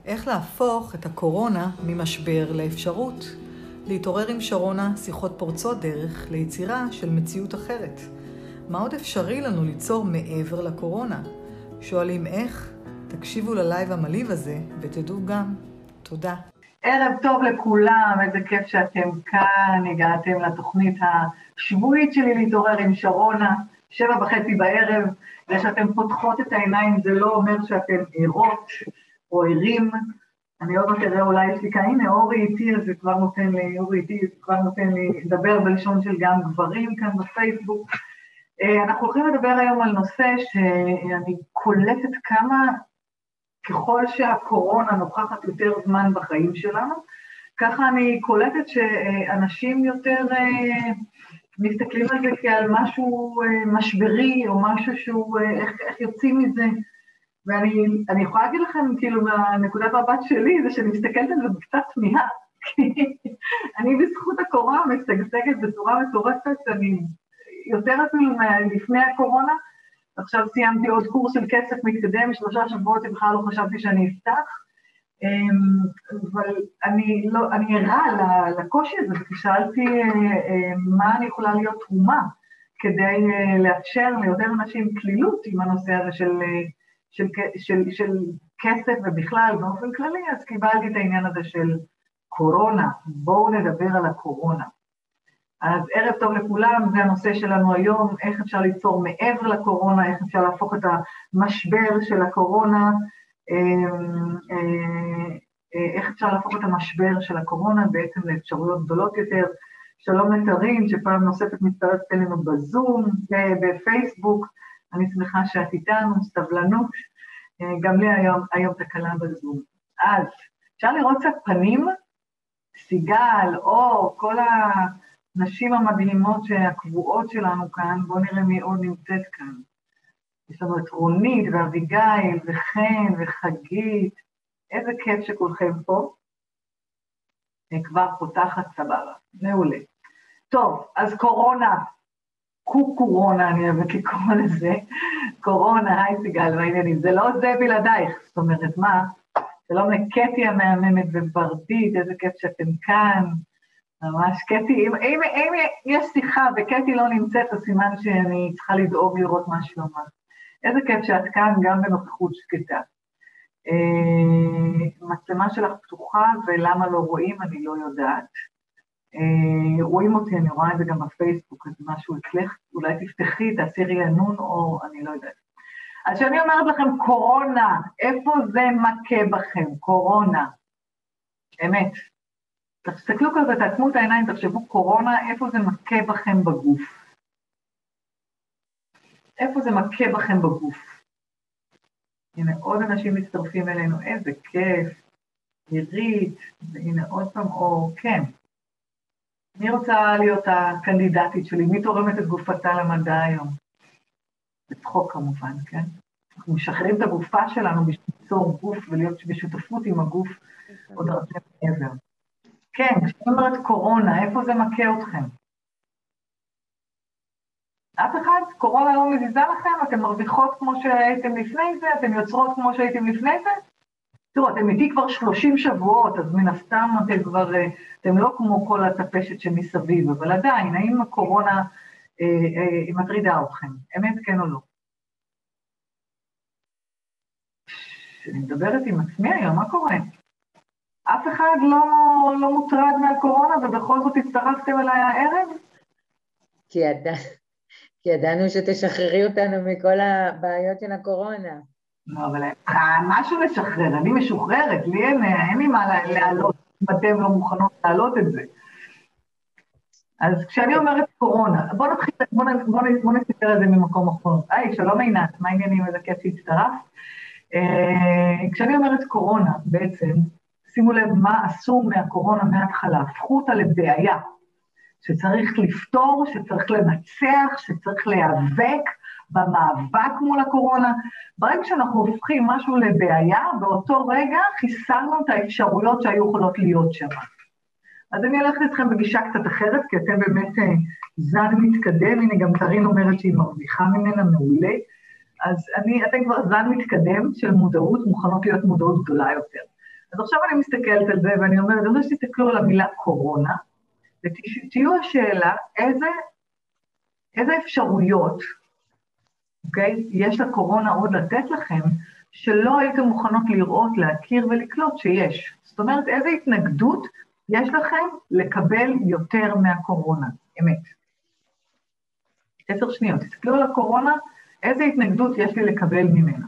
איך להפוך את הקורונה ממשבר לאפשרות. להתעורר עם שרונה שיחות פורצות דרך ליצירה של מציאות אחרת. מה עוד אפשרי לנו ליצור מעבר לקורונה? שואלים איך? תקשיבו ללייב המלהיב הזה ותדעו גם. תודה. ערב טוב לכולם, איזה כיף שאתם כאן, הגעתם לתוכנית השבועית שלי להתעורר עם שרונה, 7:30 בערב, ושאתם פותחות את העיניים זה לא אומר שאתם ערות או ערים, אני עוד לא תראה אולי יש לי כאן, הנה אורי איתי, אז זה כבר נותן לי, לדבר בלשון של גם גברים כאן בפייסבוק. אנחנו הולכים לדבר היום על נושא שאני קולטת ככל שהקורונה נוכחת יותר זמן בחיים שלנו, ככה אני קולטת שאנשים יותר מסתכלים על זה כעל משהו משברי, או משהו שהוא, איך יוצאים מזה, ואני יכולה להגיד לכם, כאילו, מהנקודת מבט שלי, זה שאני מסתכלת על זה בקצת תמיהה, אני בזכות הקורונה משגשגת בצורה מטורפת, אני יותר אפילו לפני הקורונה, עכשיו סיימתי עוד קורס של כסף מתקדם, 3 שבועות, בכלל לא חשבתי שאני אפתח, אבל אני ערה לקושי הזה, ושאלתי מה אני יכולה להיות תרומה, כדי לאפשר ליותר אנשים כלילות עם הנושא הזה של כסף ובכלל באופן כללי, אז קיבלתי את העניין הזה של קורונה, בואו נדבר על הקורונה. אז ערב טוב לכולם, זה הנושא שלנו היום, איך אפשר ליצור מעבר לקורונה, איך אפשר להפוך את המשבר של הקורונה, איך אפשר להפוך את המשבר של הקורונה בעצם לאפשרויות גדולות יותר. שלום לטרין, שפעם נוספת מצטרפת אלינו בזום, בפייסבוק, אני שמחה שאת איתנו, סבלנות, גם לי היום תקלה בזום. אז אפשר לראות קצת פנים, סיגל, או כל הנשים המדהימות שהקבועות שלנו כאן, בואו נראה מי עוד נמצאת כאן. יש לנו את רונית ואביגיל וחן וחגית, איזה כיף שכולכם פה. כבר פותחת סבבה, מעולה. טוב, אז קורונה, קורונה, אני אוהבת לקרוא לזה, קורונה, היי סיגל, והעניינים, זה לא זה בלעדייך, זאת אומרת, מה? שלום לקטי המהממת וברדית, איזה כיף שאתם כאן, ממש קטי, אם יש שיחה וקטי לא נמצאת, אז סימן שאני צריכה לדאוג לראות מה שלומה. איזה כיף שאת כאן גם בנוכחות שקטה. מצלמה שלך פתוחה, ולמה לא רואים, אני לא יודעת. רואים אותי, אני רואה את זה גם בפייסבוק, אז משהו אצלך, אולי תפתחי, תעשי רענון, או אני לא יודעת. אז שאני אומרת לכם, קורונה, איפה זה מכה בכם? קורונה. אמת. תסתכלו כזה, תעצמו את העיניים, תחשבו קורונה, איפה זה מכה בכם בגוף? איפה זה מכה בכם בגוף? הנה עוד אנשים מצטרפים אלינו, איזה כיף, עירית, והנה עוד פעם אור, כן. מי רוצה להיות הקנדידטית שלי? מי תורמת את גופתה למדע היום? בצחוק כמובן, כן? אנחנו משחררים את הגופה שלנו בשביל ליצור גוף ולהיות בשותפות עם הגוף עוד הרבה מעבר. כן, כשאני אומרת קורונה, איפה זה מכה אתכם? אף אחד? קורונה לא מזיזה לכם? אתם מרוויחות כמו שהייתם לפני זה? אתם יוצרות כמו שהייתם לפני זה? תראו, אתם איתי כבר 30 שבועות, אז מן הסתם אתם לא כמו כל הטפשת שמסביב, אבל עדיין, האם הקורונה מטרידה אתכם? אמת כן או לא? אני מדברת עם עצמי היום, מה קורה? אף אחד לא מוטרד מהקורונה, ובכל זאת הצטרפתם אליי הערב? כי ידענו שתשחררי אותנו מכל הבעיות של הקורונה. לא, אבל משהו לשחרר, אני משוחררת, לי אין לי מה להעלות, אם אתם לא מוכנות להעלות את זה. אז כשאני אומרת קורונה, בוא נסתכל על זה ממקום אחר. שלום עינת, מה העניינים? איזה כיף שהצטרף. כשאני אומרת קורונה, בעצם, שימו לב מה עשו מהקורונה מההתחלה, הפכו אותה לבעיה, שצריך לפתור, שצריך לנצח, שצריך להיאבק במאבק מול הקורונה. ברגע שאנחנו הופכים משהו לבעיה, באותו רגע חיסרנו את האפשרויות שהיו יכולות להיות שם. אז אני הולכת אתכם בגישה קצת אחרת, כי אתם באמת זן מתקדם, הנה גם טרין אומרת שהיא מרוויחה ממנה מעולה, אז אתם כבר זן מתקדם של מודעות, מוכנות להיות מודעות גדולה יותר. אז עכשיו אני מסתכלת על זה ואני אומרת, אני רוצה שתסתכלו על המילה קורונה, ותהיו השאלה איזה אפשרויות, אוקיי? יש לקורונה עוד לתת לכם, שלא הייתם מוכנות לראות, להכיר ולקלוט שיש. זאת אומרת, איזה התנגדות יש לכם לקבל יותר מהקורונה, אמת. 10 שניות, תסתכלו על הקורונה, איזה התנגדות יש לי לקבל ממנה.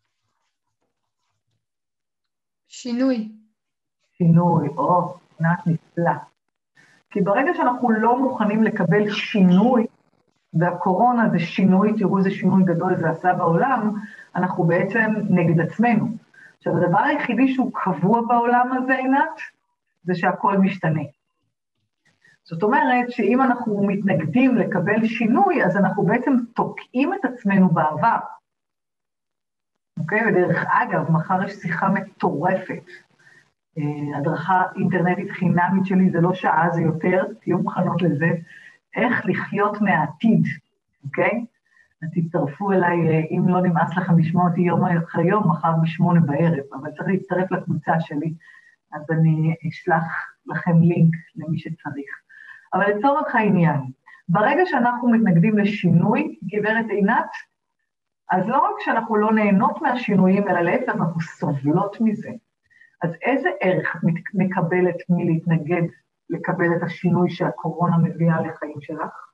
שינוי. שינוי, נפלא. כי ברגע שאנחנו לא מוכנים לקבל שינוי, והקורונה זה שינוי, תראו איזה שינוי גדול זה עשה בעולם, אנחנו בעצם נגד עצמנו. עכשיו, הדבר היחידי שהוא קבוע בעולם הזה, עינת, זה שהכל משתנה. זאת אומרת שאם אנחנו מתנגדים לקבל שינוי, אז אנחנו בעצם תוקעים את עצמנו בעבר. אוקיי? ודרך אגב, מחר יש שיחה מטורפת. הדרכה אינטרנטית חינמית שלי, זה לא שעה, זה יותר, תהיו מוכנות לזה, איך לחיות מהעתיד, אוקיי? אז תצטרפו אליי, אם לא נמאס לכם לשמוע אותי יום אחרי יום, מחר ב8 בערב, אבל צריך להצטרף לקבוצה שלי, אז אני אשלח לכם לינק למי שצריך. אבל לצורך העניין, ברגע שאנחנו מתנגדים לשינוי, גברת עינת, אז לא רק שאנחנו לא נהנות מהשינויים, אלא להפך, אנחנו סובלות מזה. אז איזה ערך את מקבלת מלהתנגד לקבל את השינוי שהקורונה מביאה לחיים שלך?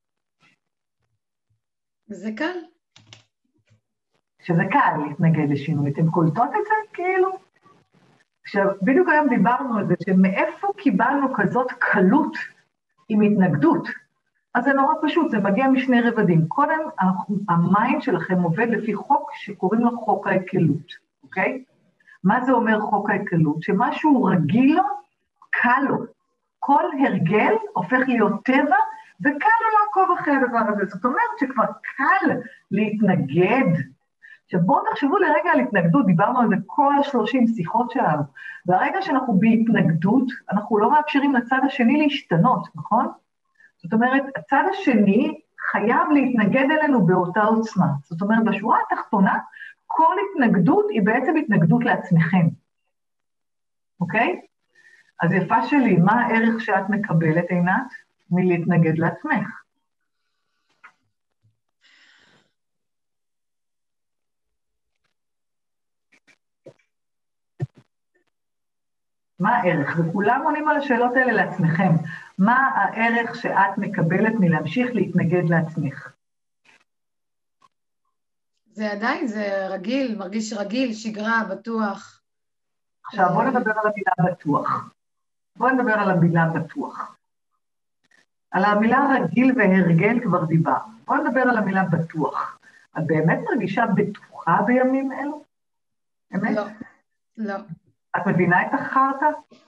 זה קל. שזה קל להתנגד לשינוי. אתם קולטות את זה כאילו? עכשיו, בדיוק היום דיברנו על זה, שמאיפה קיבלנו כזאת קלות עם התנגדות? אז זה נורא פשוט, זה מגיע משני רבדים. קודם, המיינד שלכם עובד לפי חוק שקוראים לו חוק ההקלות, אוקיי? מה זה אומר חוק ההקלות? שמשהו רגיל לו, קל לו. כל הרגל הופך להיות טבע, וקל לו לעקוב אחרי הדבר הזה. זאת אומרת שכבר קל להתנגד. עכשיו בואו תחשבו לרגע על התנגדות, דיברנו על זה כל 30 שיחות שלנו. והרגע שאנחנו בהתנגדות, אנחנו לא מאפשרים לצד השני להשתנות, נכון? זאת אומרת, הצד השני חייב להתנגד אלינו באותה עוצמה. זאת אומרת, בשורה התחתונה, כל התנגדות היא בעצם התנגדות לעצמכם. אוקיי? אז יפה שלי, מה הערך שאת מקבלת, עינת, מלהתנגד לעצמך? מה הערך? וכולם עונים על השאלות האלה לעצמכם. מה הערך שאת מקבלת מלהמשיך להתנגד לעצמך? זה עדיין, זה רגיל, מרגיש רגיל, שגרה, בטוח. עכשיו בואו נדבר על המילה בטוח. בואו נדבר על המילה בטוח. על המילה רגיל והרגל כבר דיבר. בואו נדבר על המילה בטוח. את באמת מרגישה בטוחה בימים אלו? אמת? לא, לא. את מבינה את החרטה?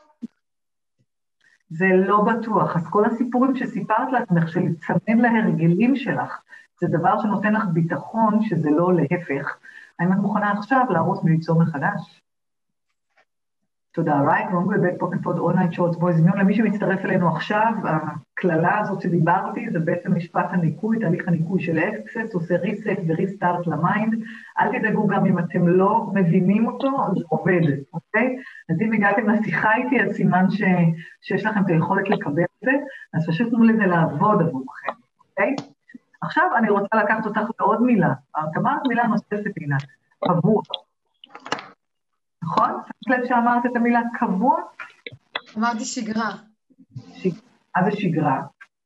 זה לא בטוח. אז כל הסיפורים שסיפרת לעצמך, של לצמד להרגלים שלך, זה דבר שנותן לך ביטחון, שזה לא להפך. האם את מוכנה עכשיו להרוס וליצור מחדש? תודה, right? ואומרים בבית פוקנפוד אונליין שורטס בוי זמיון. למי שמצטרף אלינו עכשיו, הכללה הזאת שדיברתי, זה בעצם משפט הניקוי, תהליך הניקוי של אקסס, עושה ריסט וריסטארט למיינד. אל תדאגו גם אם אתם לא מבינים אותו, זה עובד, אוקיי? אז אם הגעתם לשיחה איתי, אז סימן שיש לכם את היכולת לקבל את זה, אז פשוט תנו לזה לעבוד עבורכם, אוקיי? עכשיו אני רוצה לקחת אותך לעוד מילה. את אמרת מילה נוספת, עינת, קבוע. נכון? שמת לב שאמרת את המילה קבוע? אמרתי שגרה. מה זה שגרה?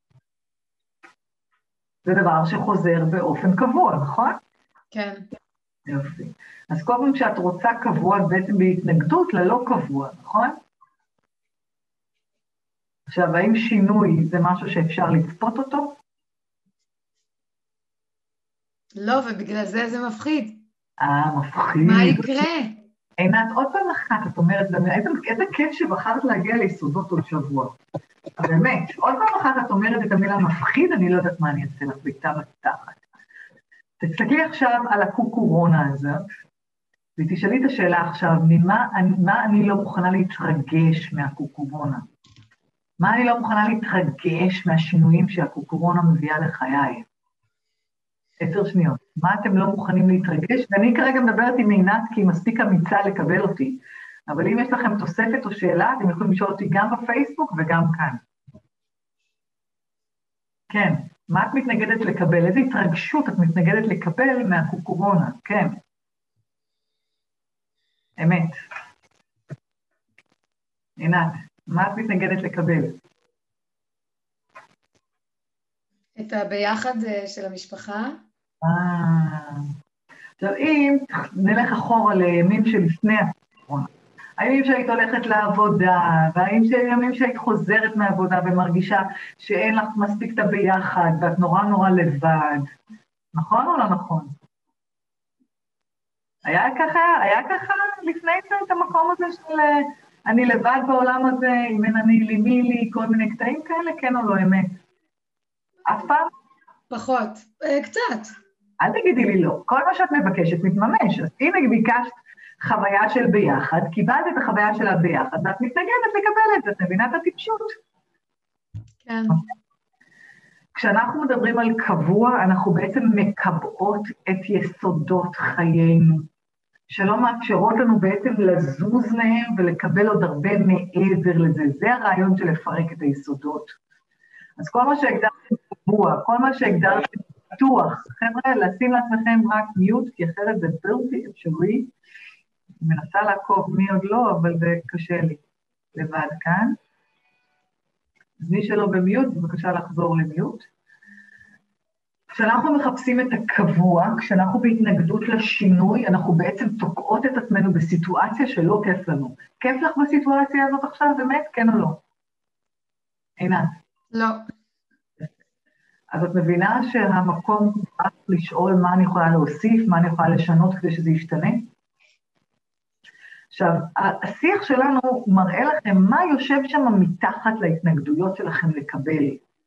זה דבר שחוזר באופן קבוע, נכון? כן. יופי. אז כל פעם כשאת רוצה קבוע, בעצם בהתנגדות ללא קבוע, נכון? עכשיו, האם שינוי זה משהו שאפשר לצפות אותו? לא, ובגלל זה מפחיד. מפחיד. מה יקרה? עינת, עוד פעם אחת, את אומרת, איזה כיף שבחרת להגיע ליסודות עוד שבוע. באמת, עוד פעם אחת את אומרת את המילה מפחיד, אני לא יודעת מה אני אעשה לך ביתה בתחת. תסתכלי עכשיו על הקוקורונה הזאת, ותשאלי את השאלה עכשיו, מה אני לא מוכנה להתרגש מהקוקורונה? מה אני לא מוכנה להתרגש מהשינויים שהקוקורונה מביאה לחיי? 10 שניות. מה אתם לא מוכנים להתרגש? ואני כרגע מדברת עם עינת, כי היא מספיק אמיצה לקבל אותי. אבל אם יש לכם תוספת או שאלה, אתם יכולים לשאול אותי גם בפייסבוק וגם כאן. כן, מה את מתנגדת לקבל? איזו התרגשות את מתנגדת לקבל מהקורונה? כן. אמת. עינת, מה את מתנגדת לקבל? את הביחד של המשפחה. עכשיו, אם נלך אחורה לימים שלפני הקורונה, הימים שהיית הולכת לעבודה, והימים שהיית חוזרת מהעבודה ומרגישה שאין לך מספיק את הביחד, ואת נורא נורא לבד, נכון או לא נכון? היה ככה לפני זה את המקום הזה של אני לבד בעולם הזה, אם אין אני לי מי לי, כל מיני קטעים כאלה, כן או לא אמת? אף פעם? פחות, קצת. אל תגידי לי לא, כל מה שאת מבקשת מתממש, אז הנה ביקשת חוויה של ביחד, קיבלת את החוויה של הביחד, ואת מתנגדת לקבל את זה, את מבינה את הטיפשות. כן. כשאנחנו מדברים על קבוע, אנחנו בעצם מקבעות את יסודות חיינו, שלא מאפשרות לנו בעצם לזוז מהם ולקבל עוד הרבה מעבר לזה. זה הרעיון של לפרק את היסודות. אז כל מה שהגדרתם קבוע, כל מה שהגדרתם פתוח, חבר'ה, לשים לעצמכם רק מיוט, כי אחרת זה בלתי אפשרי. אני מנסה לעקוב מי עוד לא, אבל זה קשה לי. לבד כאן. אז מי שלא במיוט, בבקשה לחזור למיוט. כשאנחנו מחפשים את הקבוע, כשאנחנו בהתנגדות לשינוי, אנחנו בעצם תוקעות את עצמנו בסיטואציה שלא כיף לנו. כיף לך בסיטואציה הזאת עכשיו באמת, כן או לא? עינת. לא. אז את מבינה שהמקום רק לשאול מה אני יכולה להוסיף, מה אני יכולה לשנות כדי שזה ישתנה? עכשיו, השיח שלנו מראה לכם מה יושב שם מתחת להתנגדויות שלכם לקבל.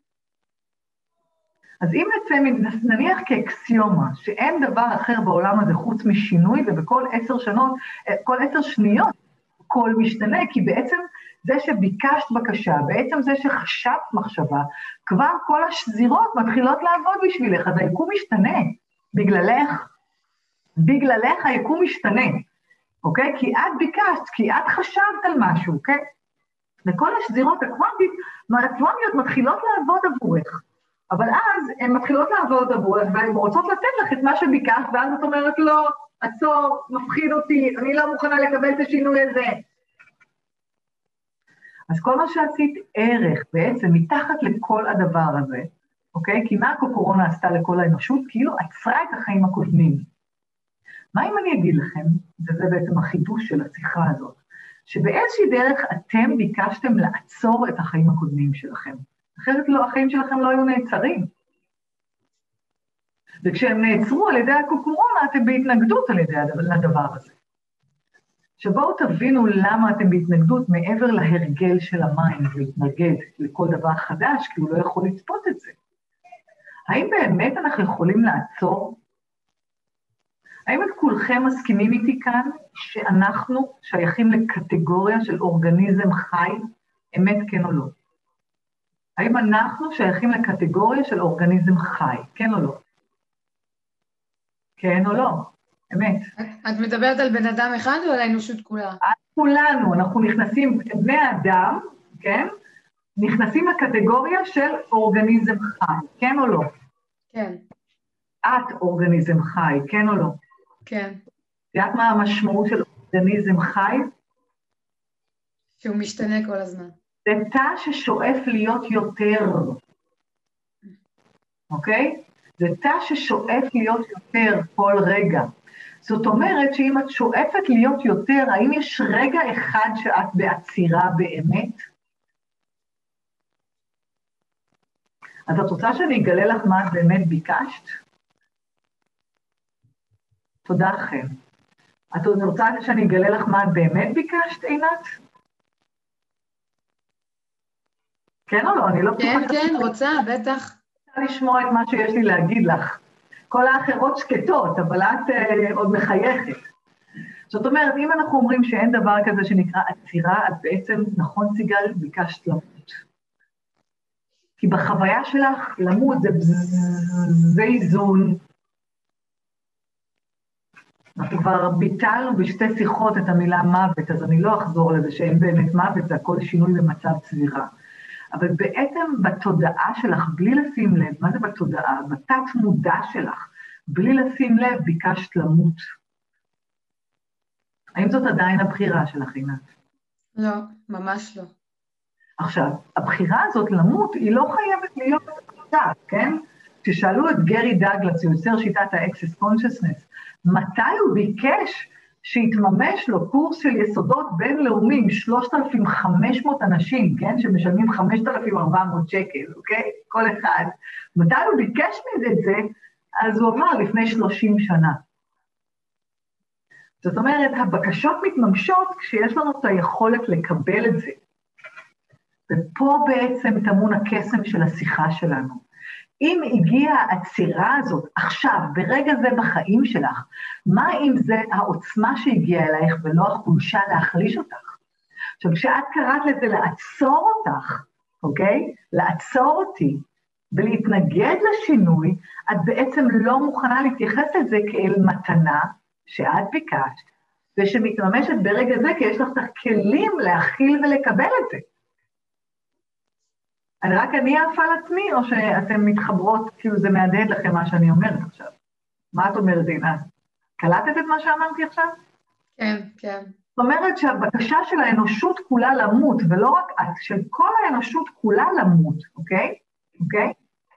אז אם נניח כאקסיומה, שאין דבר אחר בעולם הזה חוץ משינוי, ובכל 10 שניות, כל משתנה, כי בעצם זה שביקשת בקשה, בעצם זה שחשבת מחשבה, כבר כל השזירות מתחילות לעבוד בשבילך, אז היקום משתנה, בגללך היקום משתנה, אוקיי? כי את ביקשת, כי את חשבת על משהו, אוקיי? וכל השזירות הקוונטיות מתחילות לעבוד עבורך, אבל אז הן מתחילות לעבוד עבורך, והן רוצות לתת לך את מה שביקשת, ואז את אומרת, לא, עצור, מפחיד אותי, אני לא מוכנה לקבל את השינוי הזה. אז כל מה שעשית ערך בעצם מתחת לכל הדבר הזה, אוקיי? כי מה הקורונה עשתה לכל האנושות? כאילו עצרה את החיים הקודמים. מה אם אני אגיד לכם, וזה בעצם החידוש של השיחה הזאת, שבאיזושהי דרך אתם ביקשתם לעצור את החיים הקודמים שלכם. אחרת לא, החיים שלכם לא היו נעצרים. וכשהם נעצרו על ידי הקורונה, אתם בהתנגדות על ידי הדבר הזה. שבואו תבינו למה אתם בהתנגדות מעבר להרגל של המים, להתנגד לכל דבר חדש, כי הוא לא יכול לצפות את זה. האם באמת אנחנו יכולים לעצור? האם את כולכם מסכימים איתי כאן שאנחנו שייכים לקטגוריה של אורגניזם חי, אמת כן או לא? האם אנחנו שייכים לקטגוריה של אורגניזם חי, כן או לא? כן או לא? אמת. את מדברת על בן אדם אחד או על האנושות כולה? על כולנו, אנחנו נכנסים, בני אדם, כן? נכנסים לקטגוריה של אורגניזם חי, כן או לא? כן. את אורגניזם חי, כן או לא? כן. יודעת מה המשמעות של אורגניזם חי? שהוא משתנה כל הזמן. זה תא ששואף להיות יותר, אוקיי? זה תא ששואף להיות יותר כל רגע. זאת אומרת שאם את שואפת להיות יותר, האם יש רגע אחד שאת בעצירה באמת? אז את רוצה שאני אגלה לך מה את באמת ביקשת? תודה לכם. את רוצה שאני אגלה לך מה את באמת ביקשת, עינת? כן או לא? אני לא כן, כן, רוצה, בטח. רוצה לשמוע את מה שיש לי להגיד לך. כל האחרות שקטות, אבל את עוד מחייכת. זאת אומרת, אם אנחנו אומרים שאין דבר כזה שנקרא עצירה, אז בעצם, נכון סיגל, ביקשת למות. כי בחוויה שלך, למות זה איזון. אנחנו כבר ביטלנו בשתי שיחות את המילה מוות, אז אני לא אחזור לזה שאין באמת מוות, זה הכל שינוי במצב צבירה. אבל בעצם בתודעה שלך, בלי לשים לב, מה זה בתודעה? בתת מודע שלך, בלי לשים לב, ביקשת למות. האם זאת עדיין הבחירה שלך, עינת? לא, ממש לא. עכשיו, הבחירה הזאת למות, היא לא חייבת להיות בתודעה, כן? כששאלו את גרי דאגלס, יוצר שיטת ה-Access Consciousness, מתי הוא ביקש שהתממש לו קורס של יסודות בינלאומיים, 3,500 אנשים, כן? שמשלמים 5,400 שקל, אוקיי? כל אחד. מתי הוא ביקש מזה את זה? אז הוא אמר לפני 30 שנה. זאת אומרת, הבקשות מתממשות כשיש לנו את היכולת לקבל את זה. ופה בעצם טמון הקסם של השיחה שלנו. אם הגיעה העצירה הזאת עכשיו, ברגע זה בחיים שלך, מה אם זה העוצמה שהגיעה אלייך ולא החולשה להחליש אותך? עכשיו, כשאת קראת לזה לעצור אותך, אוקיי? לעצור אותי ולהתנגד לשינוי, את בעצם לא מוכנה להתייחס לזה כאל מתנה שאת ביקשת, ושמתממשת ברגע זה, כי יש לך את הכלים להכיל ולקבל את זה. אני עפה על עצמי, או שאתם מתחברות, כאילו זה מהדהד לכם מה שאני אומרת עכשיו? מה את אומרת, עינת? קלטת את מה שאמרתי עכשיו? כן, כן. זאת אומרת שהבקשה של האנושות כולה למות, ולא רק את, של כל האנושות כולה למות, אוקיי? אוקיי?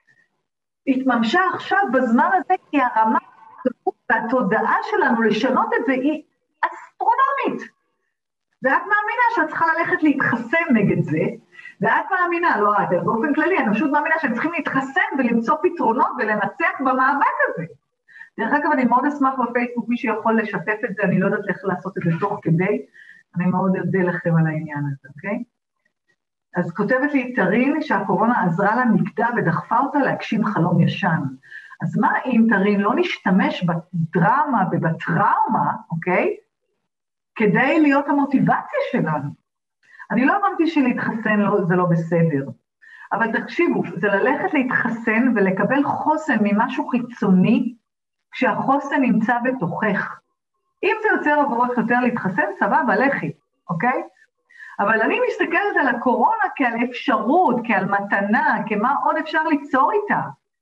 התממשה עכשיו בזמן הזה, כי הרמה והתודעה שלנו לשנות את זה היא אסטרונומית. ואת מאמינה שאת צריכה ללכת להתחסן נגד זה, ואת מאמינה, לא את, באופן כללי, האנושות מאמינה שהם צריכים להתחסן ולמצוא פתרונות ולנצח במאבק הזה. דרך אגב, אני מאוד אשמח בפייסבוק, מי שיכול לשתף את זה, אני לא יודעת איך לעשות את זה תוך כדי, אני מאוד אודה לכם על העניין הזה, אוקיי? אז כותבת לי תרין שהקורונה עזרה לה נגדה ודחפה אותה להגשים חלום ישן. אז מה אם תרין לא נשתמש בדרמה ובטראומה, אוקיי? כדי להיות המוטיבציה שלנו. אני לא אמרתי שלהתחסן זה לא בסדר, אבל תקשיבו, זה ללכת להתחסן ולקבל חוסן ממשהו חיצוני, כשהחוסן נמצא בתוכך. אם זה יוצר עבורך יותר להתחסן, סבבה, לכי, אוקיי? אבל אני מסתכלת על הקורונה כעל אפשרות, כעל מתנה, כמה עוד אפשר ליצור איתה.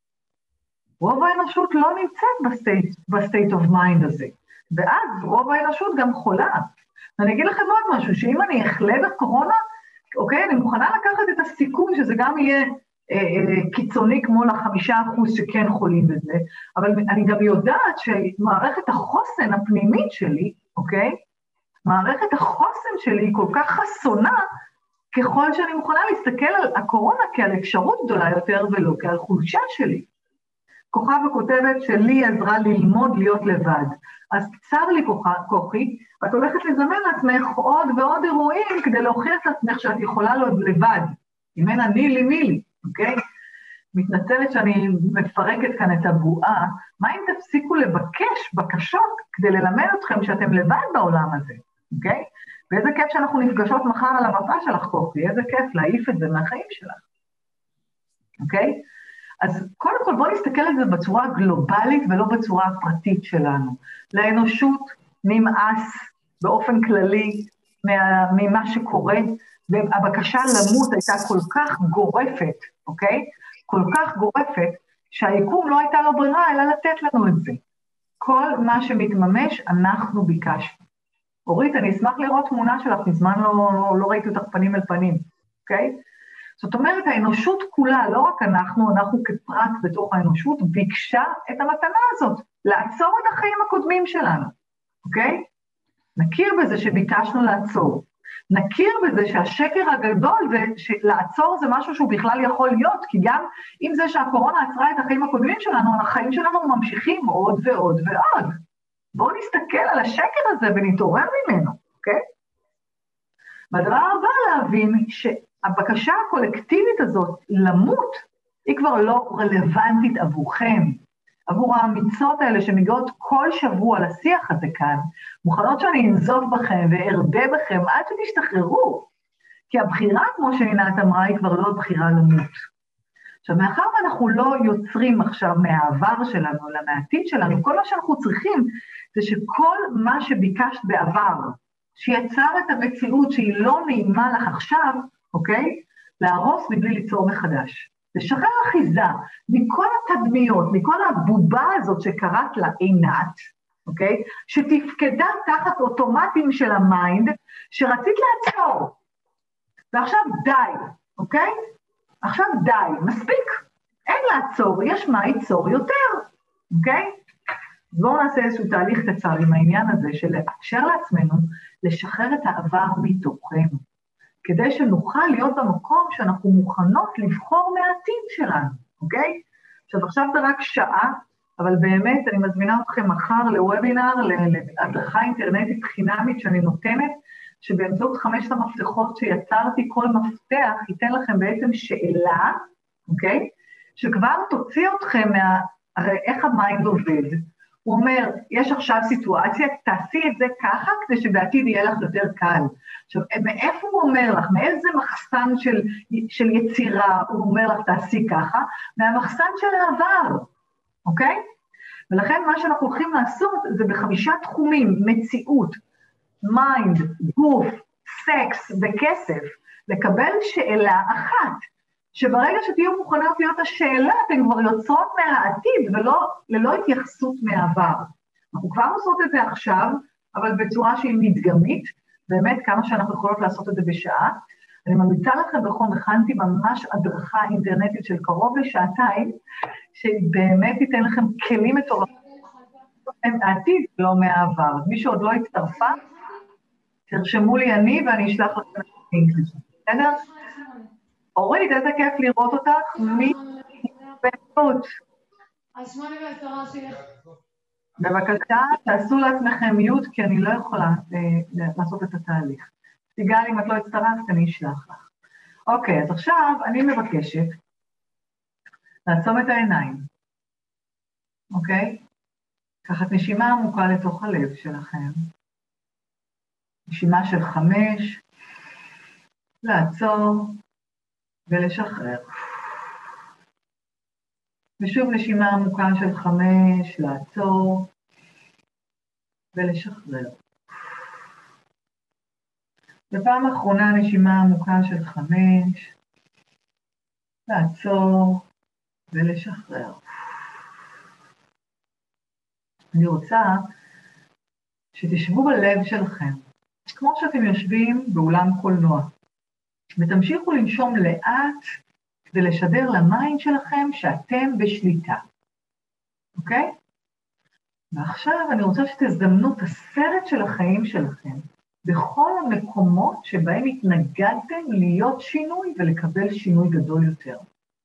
רוב האנושות לא נמצאת בסטייט of mind הזה, ואז רוב האנושות גם חולה. ואני אגיד לכם עוד משהו, שאם אני אחלה בקורונה, אוקיי, אני מוכנה לקחת את הסיכון שזה גם יהיה קיצוני כמו ל5% שכן חולים בזה, אבל אני גם יודעת שמערכת החוסן הפנימית שלי, אוקיי, מערכת החוסן שלי היא כל כך חסונה, ככל שאני מוכנה להסתכל על הקורונה כעל אפשרות גדולה יותר ולא כעל חולשה שלי. כוכב הכותבת שלי עזרה ללמוד להיות לבד. אז צר לי כוחי, ואת הולכת לזמן לעצמך עוד ועוד אירועים כדי להוכיח לעצמך שאת יכולה להיות לבד. אם אין אני לי מי לי, אוקיי? מתנצלת שאני מפרקת כאן את הבועה, מה אם תפסיקו לבקש בקשות כדי ללמד אתכם שאתם לבד בעולם הזה, אוקיי? ואיזה כיף שאנחנו נפגשות מחר על המפה שלך כוחי, איזה כיף להעיף את זה מהחיים שלך, אוקיי? אז קודם כל בואו נסתכל על זה בצורה גלובלית ולא בצורה הפרטית שלנו. לאנושות נמאס באופן כללי ממה שקורה, והבקשה למות הייתה כל כך גורפת, אוקיי? כל כך גורפת, שהיקום לא הייתה לו ברירה אלא לתת לנו את זה. כל מה שמתממש אנחנו ביקשנו. אורית, אני אשמח לראות תמונה שלך, מזמן לא ראיתי אותך פנים אל פנים, אוקיי? זאת אומרת, האנושות כולה, לא רק אנחנו כפרט בתוך האנושות, ביקשה את המתנה הזאת, לעצור את החיים הקודמים שלנו, אוקיי? נכיר בזה שביקשנו לעצור. נכיר בזה שהשקר הגדול זה שלעצור זה משהו שהוא בכלל יכול להיות, כי גם אם זה שהקורונה עצרה את החיים הקודמים שלנו, החיים שלנו ממשיכים עוד ועוד ועוד. בואו נסתכל על השקר הזה ונתעורר ממנו, אוקיי? והדבר הבא להבין שהבקשה הקולקטיבית הזאת למות, היא כבר לא רלוונטית עבורכם. עבור האמיצות האלה שמגיעות כל שבוע לשיח הזה כאן, מוכנות שאני אנזוף בכם וארבה בכם עד שתשתחררו. כי הבחירה, כמו שעינת אמרה, היא כבר לא בחירה למות. עכשיו, מאחר ואנחנו לא יוצרים עכשיו מהעבר שלנו, אלא מהעתיד שלנו, כל מה שאנחנו צריכים זה שכל מה שביקשת בעבר, שיצר את המציאות שהיא לא נעימה לך עכשיו, אוקיי? להרוס מבלי ליצור מחדש. לשחרר אחיזה מכל התדמיות, מכל הבובה הזאת שקראת לה עינת, אוקיי? שתפקדה תחת אוטומטים של המיינד, שרצית לעצור. ועכשיו די, אוקיי? עכשיו די, מספיק. אין לעצור, יש מה ייצור יותר, אוקיי? בואו נעשה איזשהו תהליך קצר עם העניין הזה, של לאפשר לעצמנו לשחרר את העבר מתוכנו, כדי שנוכל להיות במקום שאנחנו מוכנות לבחור מהעתיד שלנו, אוקיי? עכשיו זה רק שעה, אבל באמת אני מזמינה אתכם מחר לוובינר, להדרכה אינטרנטית חינמית שאני נותנת, שבאמצעות 5 המפתחות שיצרתי, כל מפתח ייתן לכם בעצם שאלה, אוקיי? שכבר תוציא אתכם הרי איך המיינד עובד. הוא אומר, יש עכשיו סיטואציה, תעשי את זה ככה, כדי שבעתיד יהיה לך יותר קל. עכשיו, מאיפה הוא אומר לך? מאיזה מחסן של יצירה הוא אומר לך, תעשי ככה? מהמחסן של העבר, אוקיי? ולכן מה שאנחנו הולכים לעשות, זה ב5 תחומים, מציאות, מיינד, גוף, סקס וכסף, לקבל שאלה אחת, שברגע שתהיו מוכנות להיות השאלה, אתן כבר יוצרות מהעתיד, ללא התייחסות מהעבר. אנחנו כבר עושות את זה עכשיו, אבל בצורה שהיא מדגמית, באמת כמה שאנחנו יכולות לעשות את זה בשעה. אני ממליצה לכם בחום, הכנתי ממש הדרכה אינטרנטית של קרוב לשעתיים, שהיא באמת תיתן לכם כלים מטורפים, העתיד לא מהעבר. מי שעוד לא הצטרפה, תרשמו לי אני ואני אשלח לכם את הלינק. בסדר? אורית, איזה כיף לראות אותך, מבנות. אז 8:10 שלך. בבקשה, תעשו לעצמכם מיוט, כי אני לא יכולה לעשות את התהליך. סיגל, אם את לא הצטרפת, אני אשלח לך. אוקיי, אז עכשיו אני מבקשת לעצום את העיניים, אוקיי? קחת נשימה עמוקה לתוך הלב שלכם. נשימה של 5, לעצור ולשחרר. ושוב נשימה עמוקה של 5, לעצור ולשחרר. בפעם האחרונה נשימה עמוקה של 5, לעצור ולשחרר. אני רוצה שתשבו בלב שלכם, כמו שאתם יושבים באולם קולנוע, ותמשיכו לנשום לאט, כדי לשדר למיינד שלכם שאתם בשליטה. אוקיי? ועכשיו אני רוצה שתזמנו את הסרט של החיים שלכם, בכל המקומות שבהם התנגדתם להיות שינוי ולקבל שינוי גדול יותר.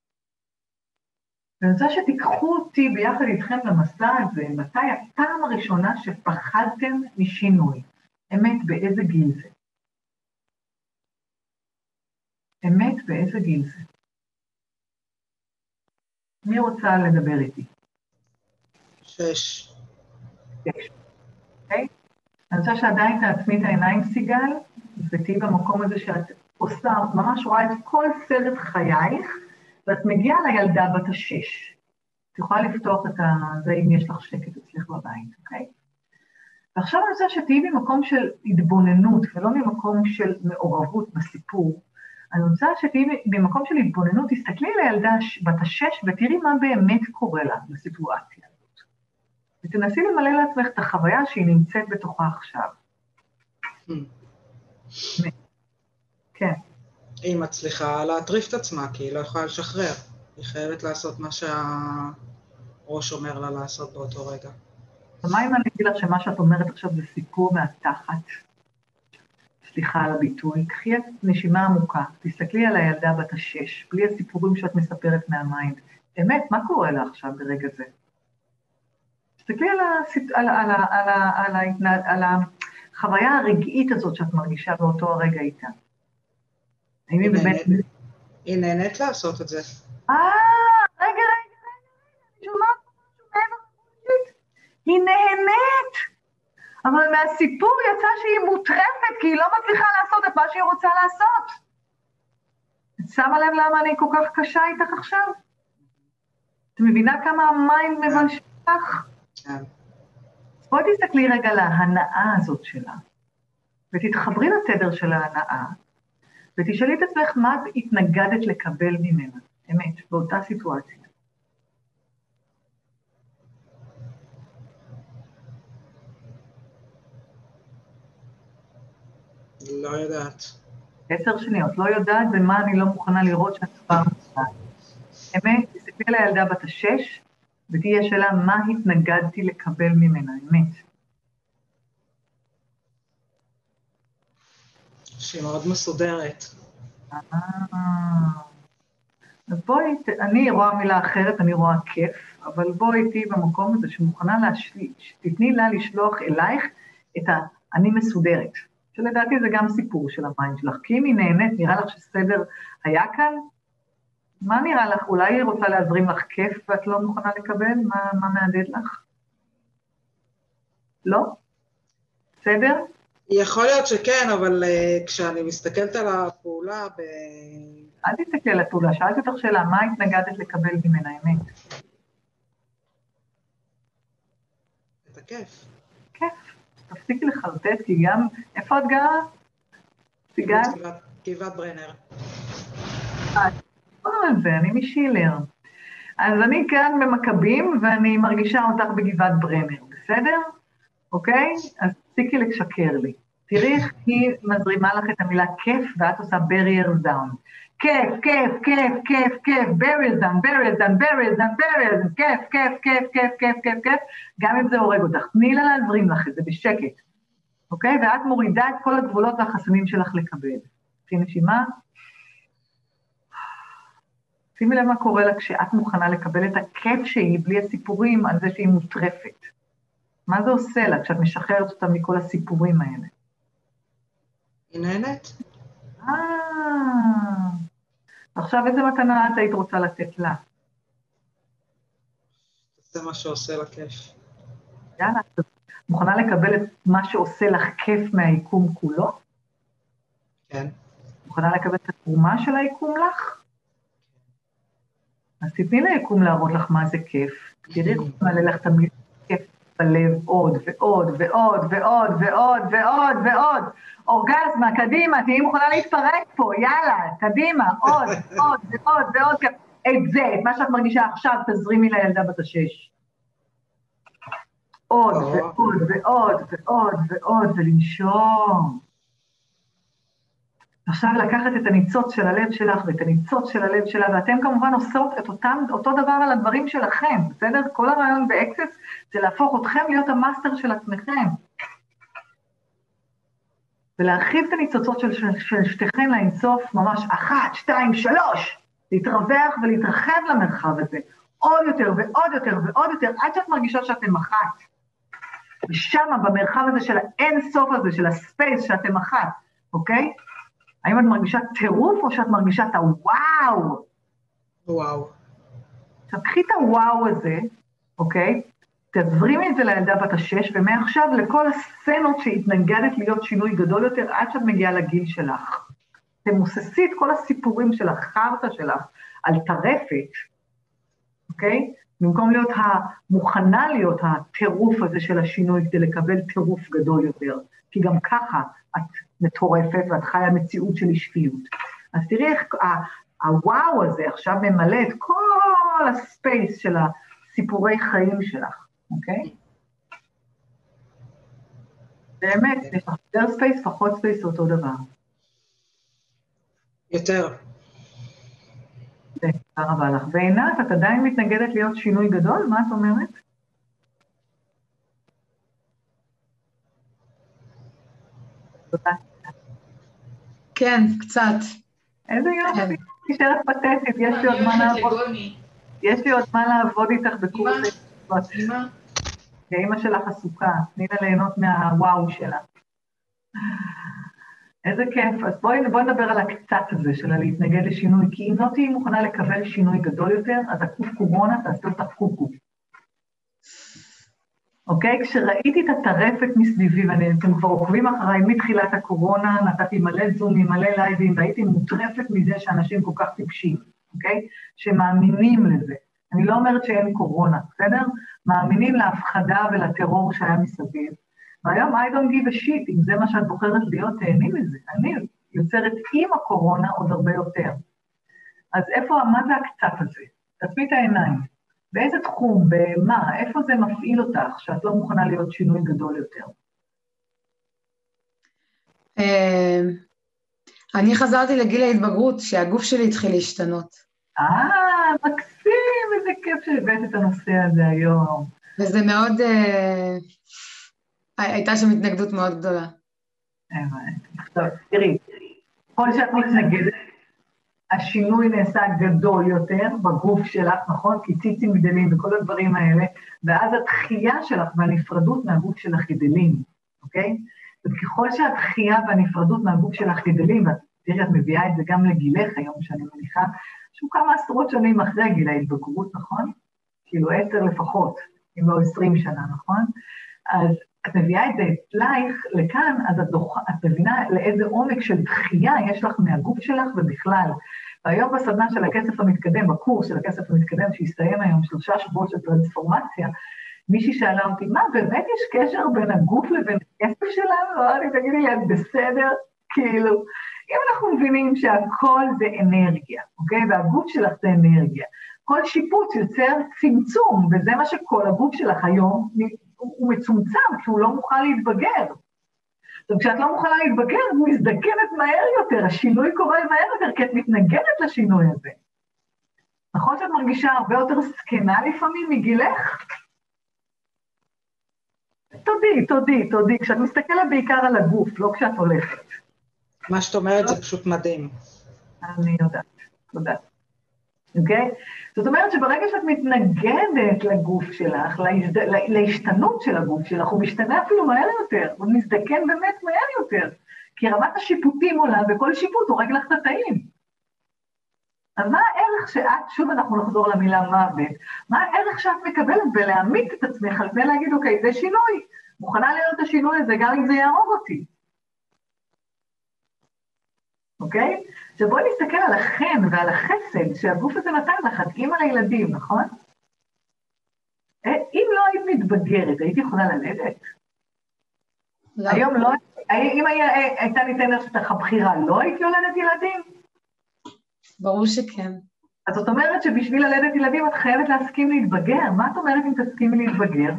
ואני רוצה שתיקחו אותי ביחד איתכם למסע הזה, מתי הפעם הראשונה שפחדתם משינוי. אמת, באיזה גיל זה? אמת, באיזה גיל זה? מי רוצה לדבר איתי? 6. אוקיי? אני רוצה שעדיין תעצמי את העיניים, סיגל, ותהי במקום הזה שאת עושה, ממש רואה את כל סרט חייך, ואת מגיעה לילדה בת 6. את יכולה לפתוח את זה אם יש לך שקט אצלך בבית, אוקיי? ועכשיו אני רוצה שתהי במקום של התבוננות, ולא ממקום של מעורבות בסיפור. אני רוצה שתהי במקום של התבוננות, תסתכלי לילדה בת 6, ותראי מה באמת קורה לה בסיטואציה הזאת. ותנסי למלא לעצמך את החוויה שהיא נמצאת בתוכה עכשיו. כן. היא מצליחה להטריף את עצמה, כי היא לא יכולה לשחרר. היא חייבת לעשות מה שהראש אומר לה לעשות באותו רגע. ומה אם אני אגיד לך שמה שאת אומרת עכשיו זה סיפור מהתחת? סליחה על הביטוי. קחי את נשימה עמוקה, תסתכלי על הילדה בת 6, בלי הסיפורים שאת מספרת מהמיינד. אמת, מה קורה לה עכשיו ברגע זה? תסתכלי על החוויה הרגעית הזאת שאת מרגישה באותו הרגע איתה. האם היא באמת... היא נהנית לעשות את זה. רגע, אני שומעת משהו מעבר לחושית. היא נהנית, אבל מהסיפור יצא שהיא מוטרפת, כי היא לא מצליחה לעשות את מה שהיא רוצה לעשות. את שמה לב למה אני כל כך קשה איתך עכשיו? את מבינה כמה המים מבלשים לך? כן. בואי תסתכלי רגע להנאה הזאת שלה, ותתחברי לתדר של ההנאה, ותשאלי את עצמך מה את התנגדת לקבל ממנה, אמת, באותה סיטואציה. לא יודעת. 10 שניות, לא יודעת ומה אני לא מוכנה לראות שאת כבר מוכנה. אמת, תסתכלי על הילדה בת 6, ותהיה שאלה מה התנגדתי לקבל ממנה, אמת. שהיא מאוד מסודרת. אז בואי, אני רואה מילה אחרת, אני רואה כיף, אבל בואי תהיי במקום הזה שמוכנה שתתני לה לשלוח אלייך את אני מסודרת. שלדעתי זה גם סיפור של המים שלך, כי אם היא נהנית, נראה לך שסדר היה כאן? מה נראה לך? אולי היא רוצה להזרים לך כיף ואת לא מוכנה לקבל? מה מעדד לך? לא? בסדר? יכול להיות שכן, אבל כשאני מסתכלת על הפעולה אל תסתכלי על הפעולה, שאלתי אותך שאלה, מה התנגדת לקבל ממנה, אמת? את הכיף. כיף. תפסיקי לחרטט, כי גם, איפה את גרה? סיגל? גבעת ברנר. אני משילר. אז אני כאן במכבים, ואני מרגישה אותך בגבעת ברנר, בסדר? אוקיי? אז תפסיקי לשקר לי. תראי איך היא מזרימה לך את המילה כיף, ואת עושה barriers down. כיף, כיף, כיף, כיף, כיף, barriers down, barriers down, barriers down, barriers down, כיף, כיף, כיף, כיף, כיף, כיף, כיף, גם אם זה הורג אותך. תני לה להזרים לך את זה בשקט. אוקיי? ואת מורידה את כל הגבולות והחסמים שלך לקבל. תקחי נשימה. שימי לב מה קורה לה כשאת מוכנה לקבל את הכיף שהיא, בלי הסיפורים על זה שהיא מוטרפת. מה זה עושה לה כשאת משחררת אותה מכל הסיפורים האלה? היא נהנית. עכשיו איזה מתנה את היית רוצה לתת לה? זה מה שעושה לה כיף. יאללה, את מוכנה לקבל את מה שעושה לך כיף מהיקום כולו? כן. מוכנה לקבל את התרומה של היקום לך? אז תתני ליקום להראות לך מה זה כיף. תראי איך מעלה לך תמיד כיף בלב עוד ועוד ועוד ועוד ועוד ועוד ועוד. אורגזמה, קדימה, תהיי מוכנה להתפרק פה, יאללה, קדימה, עוד ועוד ועוד ועוד. את זה, את מה שאת מרגישה עכשיו, תזרימי לילדה בת 6. עוד ועוד ועוד ועוד ועוד, ולנשום. עכשיו לקחת את הניצוץ של הלב שלך ואת הניצוץ של הלב שלה, ואתם כמובן עושות את אותו דבר על הדברים שלכם, בסדר? כל הרעיון באקסס זה להפוך אתכם להיות המאסטר של עצמכם. ולהרחיב את הניצוצות של שתיכן לאינסוף, ממש 1, 2, 3, להתרווח ולהתרחב למרחב הזה, עוד יותר ועוד יותר ועוד יותר, עד שאת מרגישה שאתם אחת. ושם במרחב הזה של האינסוף הזה, של הספייס שאתם אחת, אוקיי? האם את מרגישה טירוף או שאת מרגישה את הוואו? וואו. עכשיו, קחי את הוואו הזה, אוקיי? תזרימי את זה לילדה בת 6, ומעכשיו לכל הסצנות שהתנגדת להיות שינוי גדול יותר, עד שאת מגיעה לגיל שלך. תמוססי את כל הסיפורים של החרטה שלך על טרפת, אוקיי? במקום להיות מוכנה להיות הטירוף הזה של השינוי, כדי לקבל טירוף גדול יותר, כי גם ככה את מטורפת ואת חיה מציאות של שפיות. אז תראי איך הוואו הזה עכשיו ממלא את כל הספייס של הסיפורי חיים שלך, אוקיי? באמת, יותר ספייס, פחות ספייס, אותו דבר. יותר. תודה רבה לך. ועינת, את עדיין מתנגדת להיות שינוי גדול? מה את אומרת? תודה. כן, קצת. איזה יופי, נשארת פתטית, יש לי עוד מה לעבוד. יש לי עוד מה לעבוד איתך בקורס. אמא? האמא שלך עסוקה, תני לה ליהנות מהוואו שלה. איזה כיף, אז בואי נדבר על הקצת הזה של להתנגד לשינוי, כי אם לא תהיי מוכנה לקבל שינוי גדול יותר, אז הקוף קורונה תעשה אותך קוקו. אוקיי? כשראיתי את הטרפת מסביבי, ואתם כבר עוקבים אחריי מתחילת הקורונה, נתתי מלא זומים, מלא לייבים, והייתי מוטרפת מזה שאנשים כל כך טיפשים, אוקיי? שמאמינים לזה, אני לא אומרת שאין קורונה, בסדר? מאמינים להפחדה ולטרור שהיה מסביב. והיום I don't give a shit, אם זה מה שאת בוחרת להיות, תהני מזה. אני יוצרת עם הקורונה עוד הרבה יותר. אז איפה, מה זה הקצת הזה? תעצמי את העיניים. באיזה תחום, במה, איפה זה מפעיל אותך, שאת לא מוכנה להיות שינוי גדול יותר? אני חזרתי לגיל ההתבגרות, שהגוף שלי התחיל להשתנות. מקסים, איזה כיף שהבאת את הנושא הזה היום. וזה מאוד, הייתה שם התנגדות מאוד גדולה. טוב, תראי, כל שאת מתנגדת, השינוי נעשה גדול יותר בגוף שלך, נכון? כי ציצים גדלים וכל הדברים האלה, ואז התחייה שלך והנפרדות מהגוף שלך גדלים, אוקיי? וככל שהתחייה והנפרדות מהגוף שלך גדלים, ותראי, את מביאה את זה גם לגילך היום, שאני מניחה, שהוא כמה עשרות שנים אחרי גיל ההתבגרות, נכון? כאילו 10 לפחות, אם לא 20 שנה, נכון? אז את מביאה את זה אצלייך לכאן, אז את מבינה לאיזה עומק של דחייה יש לך מהגוף שלך ובכלל. והיום בסדנה של הכסף המתקדם, בקורס של הכסף המתקדם שהסתיים היום 3 שבועות של טרנספורמציה, מישהי שאלה אותי, מה, באמת יש קשר בין הגוף לבין הכסף שלנו? אני תגידי לי, את בסדר? כאילו, אם אנחנו מבינים שהכל זה אנרגיה, אוקיי? והגוף שלך זה אנרגיה. כל שיפוץ יוצר צמצום, וזה מה שכל הגוף שלך היום הוא מצומצם, כי הוא לא מוכן להתבגר. עכשיו, כשאת לא מוכנה להתבגר, הוא מזדקנת מהר יותר, השינוי קורה מהר יותר, כי את מתנגדת לשינוי הזה. נכון שאת מרגישה הרבה יותר זקנה לפעמים מגילך? תודי, כשאת מסתכלת בעיקר על הגוף, לא כשאת הולכת. מה שאת אומרת זה פשוט מדהים. אני יודעת, תודה. אוקיי? זאת אומרת שברגע שאת מתנגדת לגוף שלך, להשתנות של הגוף שלך, הוא משתנה אפילו מהר יותר, הוא מזדקן באמת מהר יותר, כי רמת השיפוטים עולה, וכל שיפוט הורג לך את התאים. אז מה הערך שאת, שוב אנחנו נחזור למילה מוות, מה הערך שאת מקבלת בלהעמיד את עצמך על זה להגיד, אוקיי, זה שינוי, מוכנה להיות את השינוי הזה, גם אם זה יהרוג אותי. אוקיי? עכשיו בואי נסתכל על החן ועל החסד שהגוף הזה נתן לך, את אימא לילדים, נכון? אם לא היית מתבגרת, היית יכולה ללדת? לא. היום לא, אם הייתה ניתנת לך הבחירה, לא היית יולדת ילדים? ברור שכן. אז זאת אומרת שבשביל ללדת ילדים את חייבת להסכים להתבגר. מה את אומרת אם תסכימי להתבגר?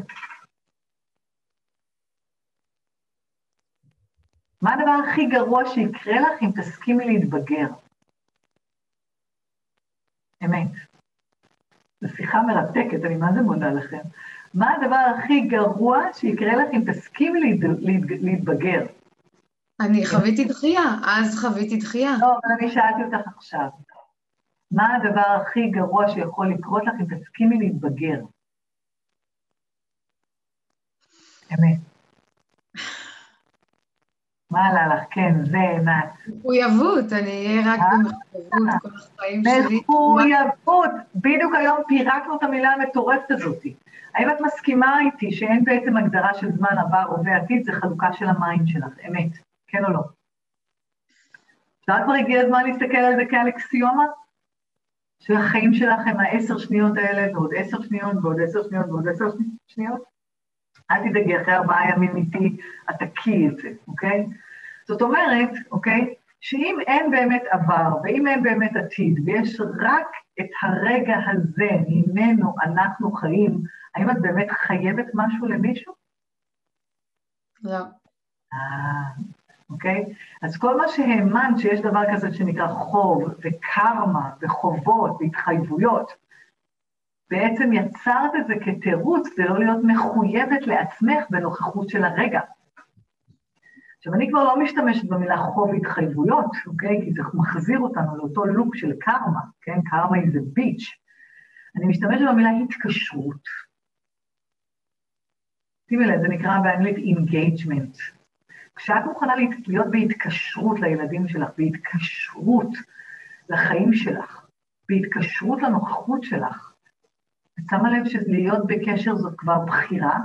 מה הדבר הכי גרוע שיקרה לך אם תסכימי להתבגר? אמת. זו שיחה מרתקת, אני מה זה מודה לכם. מה הדבר הכי גרוע שיקרה לך אם תסכימי להתבגר? אני חוויתי דחייה, אז חוויתי דחייה. לא, אבל אני שאלתי אותך עכשיו. מה הדבר הכי גרוע שיכול לקרות לך אם תסכימי להתבגר? אמת. מה עלה לך? כן, זה אמת. מחויבות, אני אהיה רק במחויבות כל החיים שלי. מחויבות, בדיוק היום פירקנו את המילה המטורפת הזאת. האם את מסכימה איתי שאין בעצם הגדרה של זמן עבר, הווה, עתיד, זה חלוקה של המים שלך, אמת, כן או לא? כבר הגיע הזמן להסתכל על זה כאלקסיומה? שהחיים שלך הם 10 שניות האלה, ועוד 10 שניות, ועוד 10 שניות, ועוד 10 שניות? אל תדאגי, אחרי 4 ימים איתי, את תקי את זה, אוקיי? זאת אומרת, אוקיי, שאם אין באמת עבר, ואם אין באמת עתיד, ויש רק את הרגע הזה, ממנו אנחנו חיים, האם את באמת חייבת משהו למישהו? לא. אוקיי? אז כל מה שהאמנת שיש דבר כזה שנקרא חוב, וקרמה, וחובות, והתחייבויות, בעצם יצרת את זה כתירוץ, ולא להיות מחויבת לעצמך בנוכחות של הרגע. עכשיו, אני כבר לא משתמשת במילה חוב התחייבויות, אוקיי? כי זה מחזיר אותנו לאותו לופ של קרמה, כן? קרמה היא זה ביץ'. אני משתמשת במילה התקשרות. שימי לב, זה נקרא באנגלית engagement. כשאת מוכנה להיות בהתקשרות לילדים שלך, בהתקשרות לחיים שלך, בהתקשרות לנוכחות שלך, את שמה לב שלהיות בקשר זאת כבר בחירה,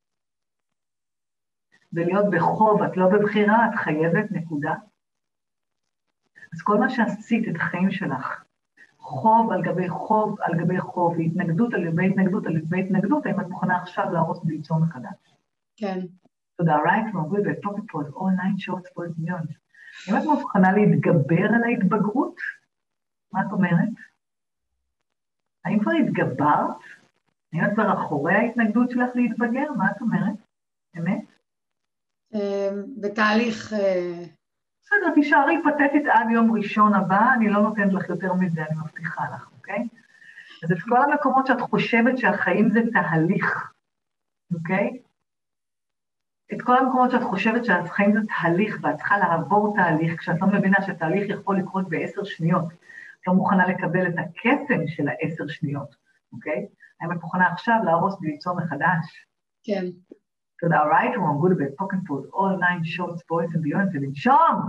ולהיות בחוב, את לא בבחירה, את חייבת, נקודה. אז כל מה שעשית את החיים שלך, חוב על גבי חוב על גבי חוב, התנגדות על גבי התנגדות על גבי התנגדות, האם את מוכנה עכשיו להרוס וליצור מחדש? כן. תודה, right from good at pocket pod, all 9 shorts for beyond. אם את מוכנה להתגבר על ההתבגרות, מה את אומרת? האם כבר התגברת? האם את כבר אחורי ההתנגדות שלך להתבגר? מה את אומרת? אמת? בתהליך... בסדר, תישארי פתטית עד יום ראשון הבא, אני לא נותנת לך יותר מזה, אני מבטיחה לך, אוקיי? אז את כל המקומות שאת חושבת שהחיים זה תהליך, אוקיי? את כל המקומות שאת חושבת שהחיים זה תהליך, ואת צריכה לעבור תהליך, כשאת לא מבינה שתהליך יכול לקרות ב10 שניות, את לא מוכנה לקבל את הקסם של 10 שניות, אוקיי? האם את מוכנה עכשיו להרוס וליצור מחדש? כן. תודה, right, wrong, good, bad, pocket food, all 9 shorts, boys and beyond, ולנשום.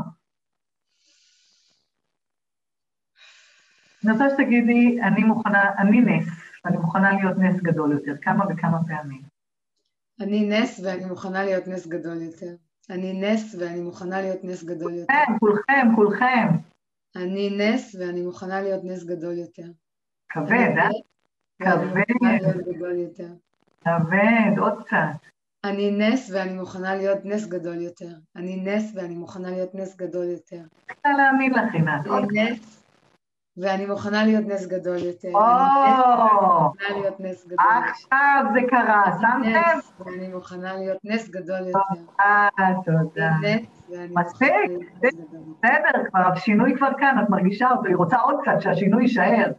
אני רוצה שתגידי, אני נס, ואני מוכנה להיות נס גדול יותר, כמה וכמה פעמים. אני נס ואני מוכנה להיות נס גדול יותר. אני נס ואני מוכנה להיות נס גדול יותר. כולכם. אני נס ואני מוכנה להיות נס גדול יותר. כבד, כבד, עוד קצת. אני נס ואני מוכנה להיות נס גדול יותר. אני נס ואני מוכנה להיות נס גדול יותר. קטע להאמין לך, עינת. אני נס ואני מוכנה להיות נס גדול יותר. אני מוכנה להיות נס גדול יותר. עכשיו זה קרה, שמתם? ואני מוכנה להיות נס גדול יותר. תודה. מספיק, בסדר, כבר השינוי כבר כאן, את מרגישה אותו, היא רוצה עוד קצת שהשינוי יישאר.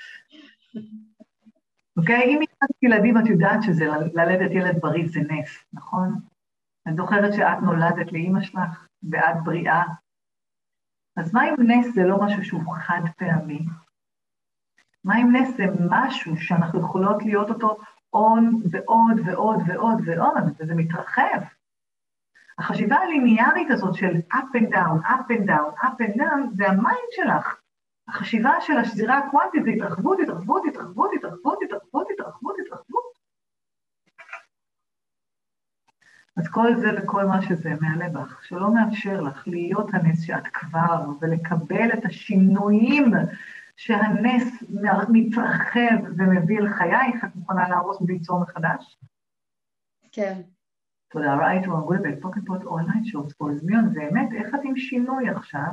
אוקיי, אם ילדת ילדים, את יודעת שזה ללדת ילד בריא זה נס, נכון? את זוכרת שאת נולדת לאמא שלך, ואת בריאה. אז מה אם נס זה לא משהו שהוא חד פעמי? מה אם נס זה משהו שאנחנו יכולות להיות אותו עוד ועוד ועוד ועוד ועוד, וזה מתרחב. החשיבה הליניארית הזאת של up and down, up and down, up and down, זה המיינד שלך. החשיבה של השזירה הקוונטית זה התרחבות, התרחבות, התרחבות, התרחבות, התרחבות, התרחבות, התרחבות. אז כל זה וכל מה שזה מעלה בך, שלא מאפשר לך להיות הנס שאת כבר, ולקבל את השינויים שהנס מתרחב ומביא לחייך, את מוכנה להרוס וליצור מחדש? כן. תודה, right, wrong, good, bad, pocket pot, all 9 shorts for beyond, באמת, איך את עם שינוי עכשיו?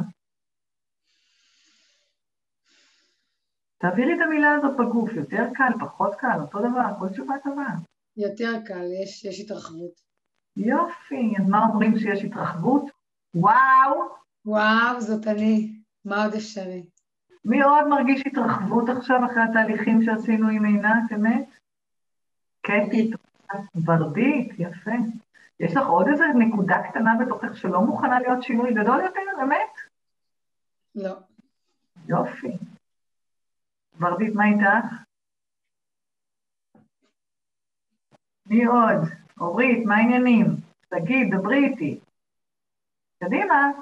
תעבירי את המילה הזאת בגוף, יותר קל, פחות קל, אותו דבר, כל תשובה טובה. יותר קל, יש התרחבות. יופי, אז מה אומרים שיש התרחבות? וואו! וואו, זאת אני. מה עוד אפשרי? מי עוד מרגיש התרחבות עכשיו אחרי התהליכים שעשינו עם עינת, אמת? קטי, ורדית, יפה. יש לך עוד איזו נקודה קטנה בתוכך שלא מוכנה להיות שינוי גדול יותר, אמת? לא. יופי. ורדית, מה איתך? מי עוד? אורית, מה העניינים? תגיד, דברי איתי. קדימה.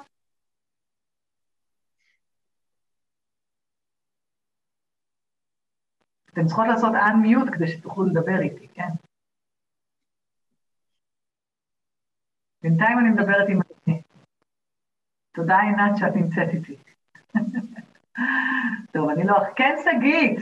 אתם צריכות לעשות unmute כדי שתוכלו לדבר איתי, כן? בינתיים אני מדברת עם עצמי. תודה עינת שאת נמצאת איתי. טוב, אני לא... כן, שגית.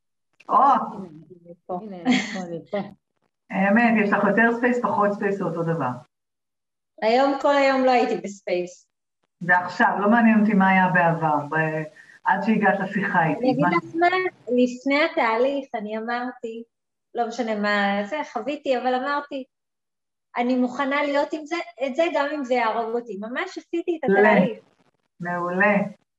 האמת, יש לך יותר ספייס, פחות ספייס, זה אותו דבר. היום, כל היום לא הייתי בספייס. ועכשיו, לא מעניין אותי מה היה בעבר, עד שהגעת לשיחה איתי. אני אגיד לך מה, לפני התהליך אני אמרתי, לא משנה מה זה, חוויתי, אבל אמרתי, אני מוכנה להיות עם זה, את זה גם אם זה יערוב אותי. ממש עשיתי את התהליך. מעולה.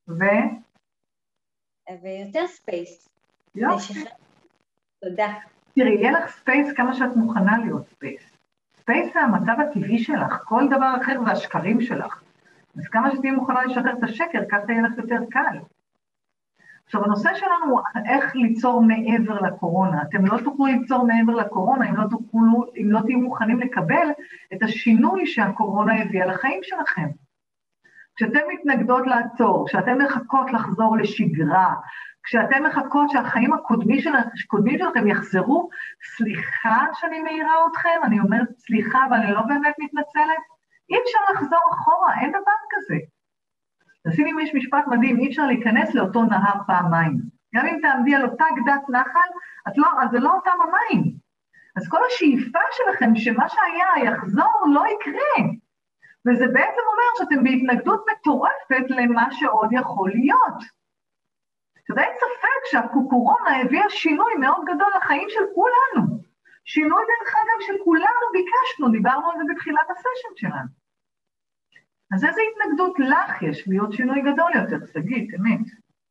ויותר ספייס. יופי. תודה. תראי, יהיה לך ספייס כמה שאת מוכנה להיות ספייס. ספייס זה המצב הטבעי שלך, כל דבר אחר והשקרים שלך. אז כמה שתהיה מוכנה לשחרר את השקר, ככה יהיה לך יותר קל. עכשיו, הנושא שלנו הוא איך ליצור מעבר לקורונה. אתם לא תוכלו ליצור מעבר לקורונה, אם לא תהיו מוכנים לקבל את השינוי שהקורונה הביאה לחיים שלכם. כשאתם מתנגדות לעצור, כשאתם מחכות לחזור לשגרה, כשאתם מחכות שהחיים הקודמים שלכם יחזרו, סליחה שאני מעירה אתכם, אני אומרת סליחה, אבל אני לא באמת מתנצלת, אי אפשר לחזור אחורה, אין דבר כזה. תשימי אם יש משפט מדהים, אי אפשר להיכנס לאותו נהר פעמיים. גם אם תעמדי על אותה גדת נחל, אז זה לא אותם המים. אז כל השאיפה שלכם שמה שהיה יחזור לא יקרה. וזה בעצם אומר שאתם בהתנגדות מטורפת למה שעוד יכול להיות. אז אין ספק שהקורונה הביאה שינוי מאוד גדול לחיים של כולנו. שינוי דרך אגב של כולנו ביקשנו, דיברנו על זה בתחילת הסשן שלנו. אז איזו התנגדות לך יש להיות שינוי גדול יותר, שגית, אמת?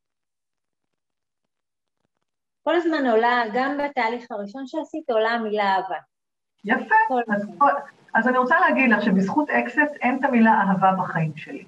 כל הזמן עולה, גם בתהליך הראשון שעשית, עולה המילה אהבה. יפה, אז אני רוצה להגיד לך שבזכות אקסס אין את המילה אהבה בחיים שלי.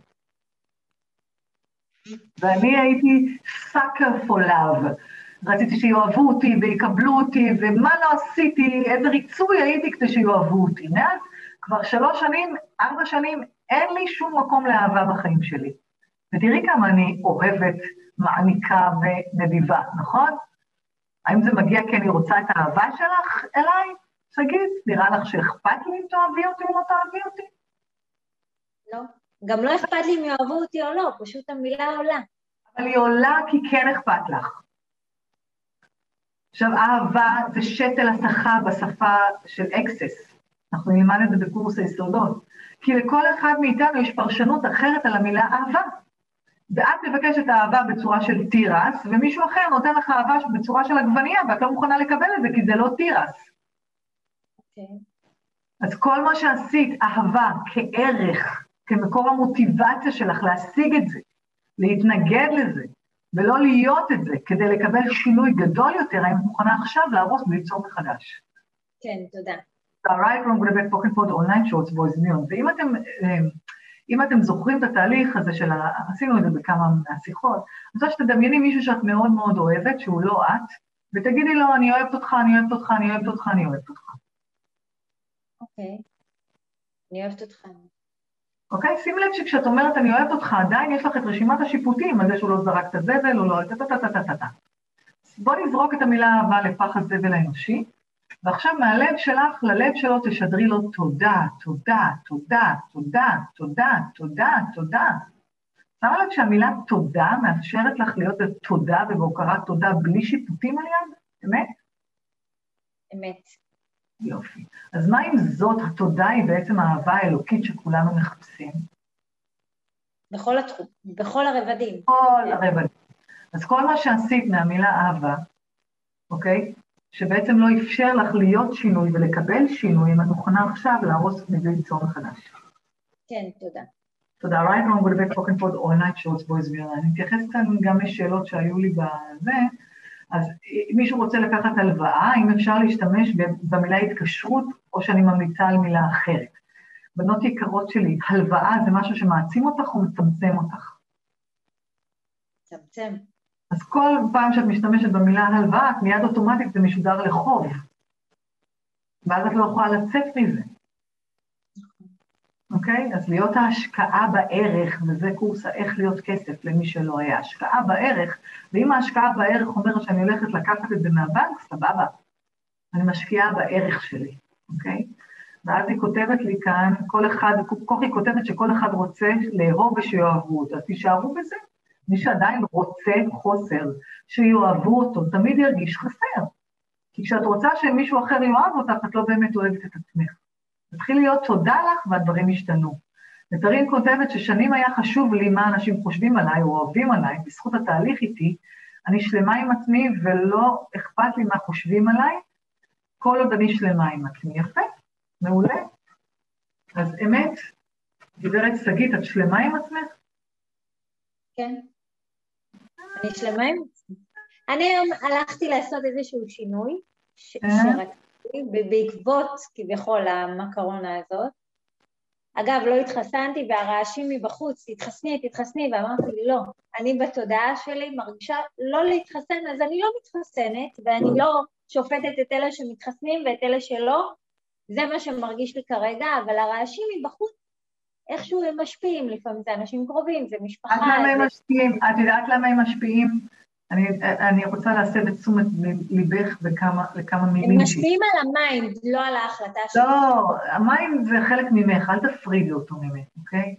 ואני הייתי sucker for love. רציתי שיאהבו אותי ויקבלו אותי, ומה לא עשיתי, איזה ריצוי הייתי כדי שיאהבו אותי. מאז כבר 3 שנים, 4 שנים, אין לי שום מקום לאהבה בחיים שלי. ותראי כמה אני אוהבת, מעניקה ונדיבה, נכון? האם זה מגיע כי אני רוצה את האהבה שלך אליי? שגית, נראה לך שאכפת לי אם תאהבי אותי או לא תאהבי אותי? לא. גם לא אכפת לי אם יאהבו אותי או לא, פשוט המילה עולה. אבל היא עולה כי כן אכפת לך. עכשיו, אהבה זה שתל השכה בשפה של אקסס. אנחנו נלמד את זה בקורס היסודות. כי לכל אחד מאיתנו יש פרשנות אחרת על המילה אהבה. ואת מבקשת אהבה בצורה של תירס, ומישהו אחר נותן לך אהבה בצורה של עגבנייה, ואת לא מוכנה לקבל את זה, כי זה לא תירס. אז כל מה שעשית, אהבה כערך, כמקור המוטיבציה שלך להשיג את זה, להתנגד לזה, ולא להיות את זה, כדי לקבל שינוי גדול יותר, האם מוכנה עכשיו להרוס וליצור מחדש. כן, תודה. right from Grabek Pocket Pod Online Shorts Boys Neon, ואם אתם זוכרים את התהליך הזה עשינו את זה בכמה מהשיחות, אני רוצה שתדמייני מישהו שאת מאוד מאוד אוהבת, שהוא לא את, ותגידי לו, אני אוהבת אותך, אני אוהבת אותך, אני אוהבת אותך, אני אוהבת אותך. אוקיי, אני אוהבת אותך. אוקיי, שים לב שכשאת אומרת אני אוהבת אותך, עדיין יש לך את רשימת השיפוטים, על זה שהוא לא זרק את הזבל, או לא, בואי נזרוק את המילה אהבה לפח הזבל האנושי, ועכשיו מהלב שלך ללב שלו תשדרי לו תודה, תודה, תודה, תודה, תודה, תודה, תודה. שמה לב שהמילה תודה מאפשרת לך להיות בתודה ובהוקרת תודה בלי שיפוטים על יד? אמת? אמת. יופי. אז מה אם זאת התודה היא בעצם האהבה האלוקית שכולנו מחפשים? בכל התחום, בכל הרבדים. כל הרבדים. אז כל מה שעשית מהמילה אהבה, אוקיי? שבעצם לא אפשר לך להיות שינוי ולקבל שינוי, אם את מוכנה עכשיו להרוס וליצור מחדש. כן, תודה. תודה. right now, I'm going to be talking for the all night shorts boys and אני מתייחסת כאן גם לשאלות שהיו לי בזה, אז אם מישהו רוצה לקחת הלוואה, אם אפשר להשתמש במילה התקשרות, או שאני ממליצה על מילה אחרת. בנות יקרות שלי, הלוואה זה משהו שמעצים אותך או מצמצם אותך? מצמצם. אז כל פעם שאת משתמשת במילה הלוואה, מיד אוטומטית זה משודר לחוב. ואז את לא יכולה לצאת מזה. אוקיי? אז להיות ההשקעה בערך, וזה קורס איך להיות כסף למי שלא היה. השקעה בערך, ואם ההשקעה בערך אומרת שאני הולכת לקחת את זה מהבנק, סבבה. אני משקיעה בערך שלי, אוקיי? ואז היא כותבת לי כאן, היא כותבת שכל אחד רוצה לאהוב ושיאהבו אותו. אז תישארו בזה. מי שעדיין רוצה חוסר, שיאהבו אותו, תמיד ירגיש חסר. כי כשאת רוצה שמישהו אחר יאהב אותך, את לא באמת אוהבת את עצמך. תתחיל להיות תודה לך והדברים ישתנו. ותרין כותבת ששנים היה חשוב לי מה אנשים חושבים עליי או אוהבים עליי, בזכות התהליך איתי, אני שלמה עם עצמי ולא אכפת לי מה חושבים עליי, כל עוד אני שלמה עם עצמי. יפה, מעולה. אז אמת, גברת שגית, את שלמה עם עצמך? כן. אני שלמה עם עצמי. אני היום הלכתי לעשות איזשהו שינוי, שרציתי בעקבות כביכול המקרונה הזאת. אגב, לא התחסנתי והרעשים מבחוץ, תתחסני, ואמרתי לי לא, אני בתודעה שלי מרגישה לא להתחסן, אז אני לא מתחסנת, ואני לא שופטת את אלה שמתחסנים ואת אלה שלא, זה מה שמרגיש לי כרגע, אבל הרעשים מבחוץ, איכשהו הם משפיעים, לפעמים זה אנשים קרובים, זה משפחה. את יודעת למה הם משפיעים? אני רוצה להסב את תשומת ליבך לכמה מילים. הם משפיעים על המיינד, לא על ההחלטה שלי. לא, המיינד זה חלק ממך, אל תפרידי אותו ממך, אוקיי?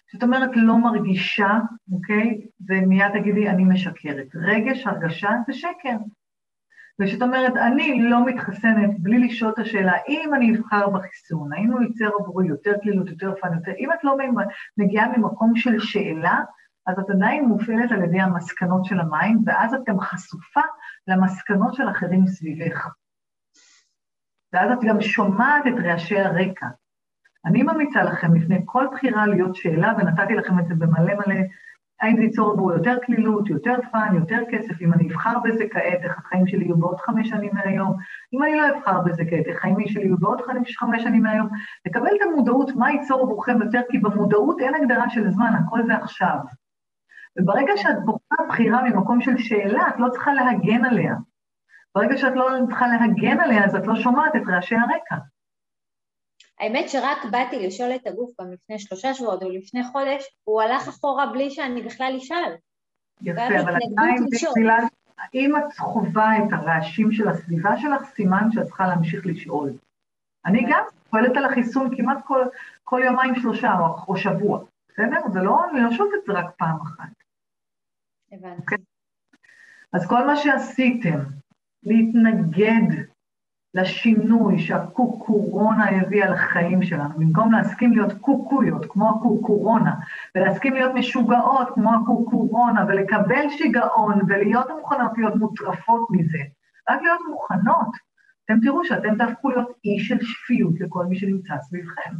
זאת אומרת, לא מרגישה, אוקיי? ומיד תגידי, אני משקרת. רגש, הרגשה, זה שקר. ושאת אומרת, אני לא מתחסנת בלי לשאול את השאלה, אם אני אבחר בחיסון, האם הוא ייצר עבורי יותר קלילות, יותר פן, יותר, אם את לא מגיעה ממקום של שאלה, אז את עדיין מופעלת על ידי המסקנות של המים, ואז את גם חשופה למסקנות של אחרים סביבך. ואז את גם שומעת את רעשי הרקע. אני ממליצה לכם לפני כל בחירה להיות שאלה, ונתתי לכם את זה במלא מלא, האם זה ייצור בו יותר כלילות, יותר פן, יותר כסף, אם אני אבחר בזה כעת, איך החיים שלי יהיו בעוד 5 שנים מהיום, אם אני לא אבחר בזה כעת, איך החיים שלי יהיו בעוד 5 שנים מהיום, לקבל את המודעות, מה ייצור עבורכם יותר, כי במודעות אין הגדרה של זמן, הכל זה עכשיו. וברגע שאת בוחרת בחירה ממקום של שאלה, את לא צריכה להגן עליה. ברגע שאת לא צריכה להגן עליה, אז את לא שומעת את רעשי הרקע. האמת שרק באתי לשאול את הגוף גם לפני 3 שבועות או לפני חודש, הוא הלך אחורה בלי שאני בכלל אשאל. יפה, אבל עדיין בגלל, אם את חובה את הרעשים של הסביבה שלך, סימן שאת צריכה להמשיך לשאול. אני גם פועלת על החיסון כמעט כל 2-3 או שבוע, בסדר? זה לא, אני לא שואלת את זה רק פעם אחת. הבנתי. אז כל מה שעשיתם, להתנגד לשינוי שהקוקורונה הביאה לחיים שלנו, במקום להסכים להיות קוקויות כמו הקוקורונה, ולהסכים להיות משוגעות כמו הקוקורונה, ולקבל שיגעון, ולהיות מוכנות להיות מוטרפות מזה, רק להיות מוכנות, אתם תראו שאתם תהפכו להיות איש של שפיות לכל מי שנמצא סביבכם.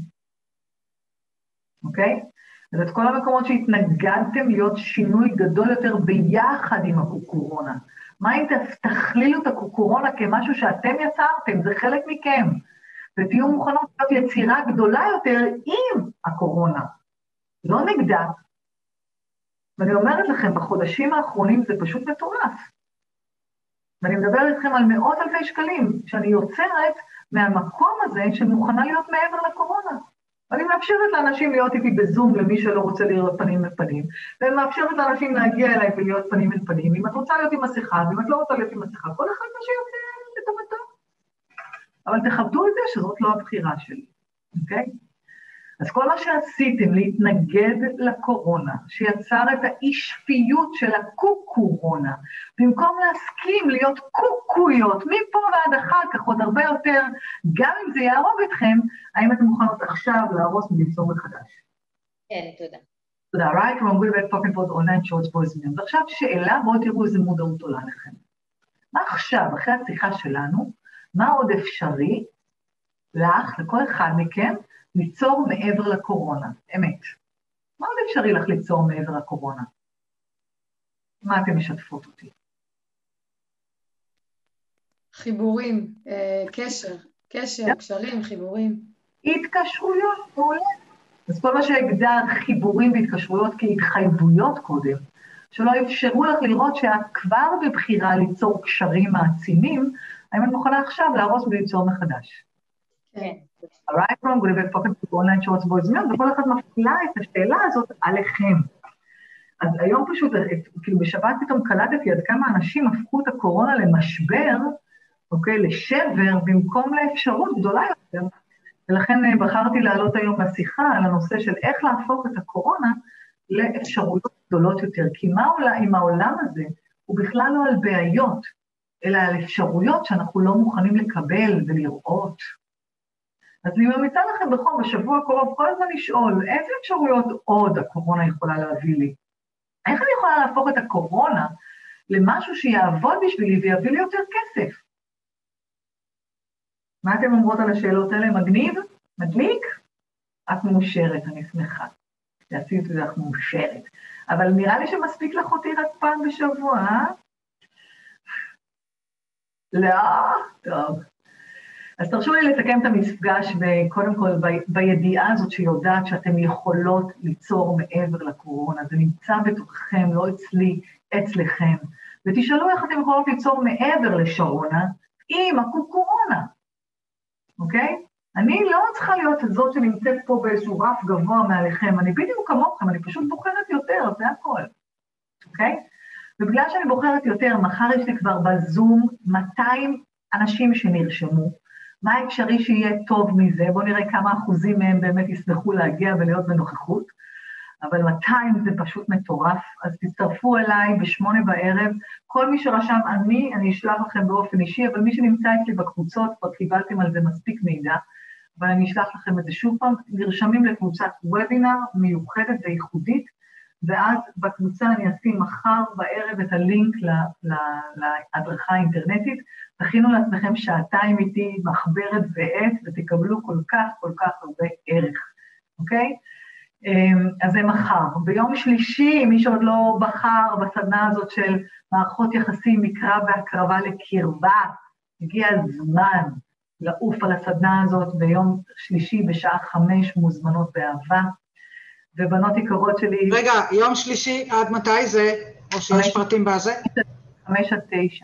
אוקיי? אז את כל המקומות שהתנגדתם להיות שינוי גדול יותר ביחד עם הקוקורונה, מה אם תכלילו את הקוקורונה כמשהו שאתם יצרתם, זה חלק מכם, ותהיו מוכנות להיות יצירה גדולה יותר עם הקורונה, לא נגדה. ואני אומרת לכם, בחודשים האחרונים זה פשוט מטורף. ואני מדברת איתכם על מאות אלפי שקלים, שאני יוצרת מהמקום הזה שמוכנה להיות מעבר לקורונה. ואני מאפשרת לאנשים להיות איתי בזום למי שלא רוצה לראות פנים אל פנים, ואני מאפשרת לאנשים להגיע אליי ולהיות פנים אל פנים, אם את רוצה להיות עם מסכה, ואם את לא רוצה להיות עם מסכה, כל אחד מה שיוצא לטובתו. אבל תכבדו את זה שזאת לא הבחירה שלי, אוקיי? אז כל מה שעשיתם להתנגד לקורונה, שיצר את האי-שפיות של הקוקורונה, במקום להסכים להיות קוקויות, מפה ועד אחר כך עוד הרבה יותר, גם אם זה יהרוג אתכם, האם אתם מוכנות עכשיו להרוס וליצור מחדש? כן, תודה. תודה, right, wrong, good, bad, fucking pod, online, shorts, boys, men. ועכשיו שאלה, בואו תראו איזה מודעות עולה לכם. מה עכשיו, אחרי השיחה שלנו, מה עוד אפשרי לך, לכל אחד מכם, ליצור מעבר לקורונה, אמת. מה עוד אפשרי לך ליצור מעבר לקורונה? מה אתם משתפות אותי? חיבורים, קשר, קשרים, חיבורים. התקשרויות, מעולה. אז כל מה שהגדר חיבורים והתקשרויות כהתחייבויות קודם, שלא אפשרו לך לראות שאת כבר בבחירה ליצור קשרים מעצימים, האם את מוכנה עכשיו להרוס וליצור מחדש? כן. right wrong, good bad fucking online shorts boys men, וכל אחד מפעילה את השאלה הזאת עליכם. אז היום פשוט, כאילו בשבת פתאום קלטתי עד כמה אנשים הפכו את הקורונה למשבר, אוקיי, לשבר, במקום לאפשרות גדולה יותר, ולכן בחרתי לעלות היום לשיחה על הנושא של איך להפוך את הקורונה לאפשרויות גדולות יותר, כי מה עם העולם הזה הוא בכלל לא על בעיות, אלא על אפשרויות שאנחנו לא מוכנים לקבל ולראות. אז אני ממליצה לכם בשבוע הקרוב כל הזמן לשאול, איזה אפשרויות עוד הקורונה יכולה להביא לי? איך אני יכולה להפוך את הקורונה למשהו שיעבוד בשבילי ויביא לי יותר כסף? מה אתם אומרות על השאלות האלה? מגניב? מדליק? את מאושרת, אני שמחה. תעשי את זה, את מאושרת. אבל נראה לי שמספיק לך אותי רק פעם בשבוע, אה? לא, טוב. אז תרשו לי לסכם את המפגש, וקודם כל בידיעה הזאת שיודעת שאתם יכולות ליצור מעבר לקורונה, זה נמצא בתוככם, לא אצלי, אצלכם, ותשאלו איך אתם יכולות ליצור מעבר לשרונה, עם הקורונה, אוקיי? אני לא צריכה להיות זאת שנמצאת פה באיזשהו רף גבוה מעליכם, אני בדיוק כמוכם, אני פשוט בוחרת יותר, זה הכל, אוקיי? ובגלל שאני בוחרת יותר, מחר יש לי כבר בזום 200 אנשים שנרשמו, מה האפשרי שיהיה טוב מזה? בואו נראה כמה אחוזים מהם באמת יסמכו להגיע ולהיות בנוכחות. אבל 200 זה פשוט מטורף, אז תצטרפו אליי ב20:00, כל מי שרשם אני אשלח לכם באופן אישי, אבל מי שנמצא אצלי בקבוצות, כבר קיבלתם על זה מספיק מידע, אבל אני אשלח לכם את זה שוב פעם, נרשמים לקבוצת וובינר מיוחדת וייחודית, ואז בקבוצה אני אשים מחר בערב את הלינק להדרכה האינטרנטית, תכינו לעצמכם 2 איתי, מחברת ועט, ותקבלו כל כך הרבה ערך, אוקיי? אז זה מחר. ביום שלישי, מי שעוד לא בחר בסדנה הזאת של מערכות יחסים, מקרב והקרבה לקרבה, הגיע הזמן לעוף על הסדנה הזאת ביום שלישי בשעה 5, מוזמנות באהבה. ובנות יקרות שלי... רגע, יום שלישי עד מתי זה? או שיש פרטים בזה? 5 עד 9.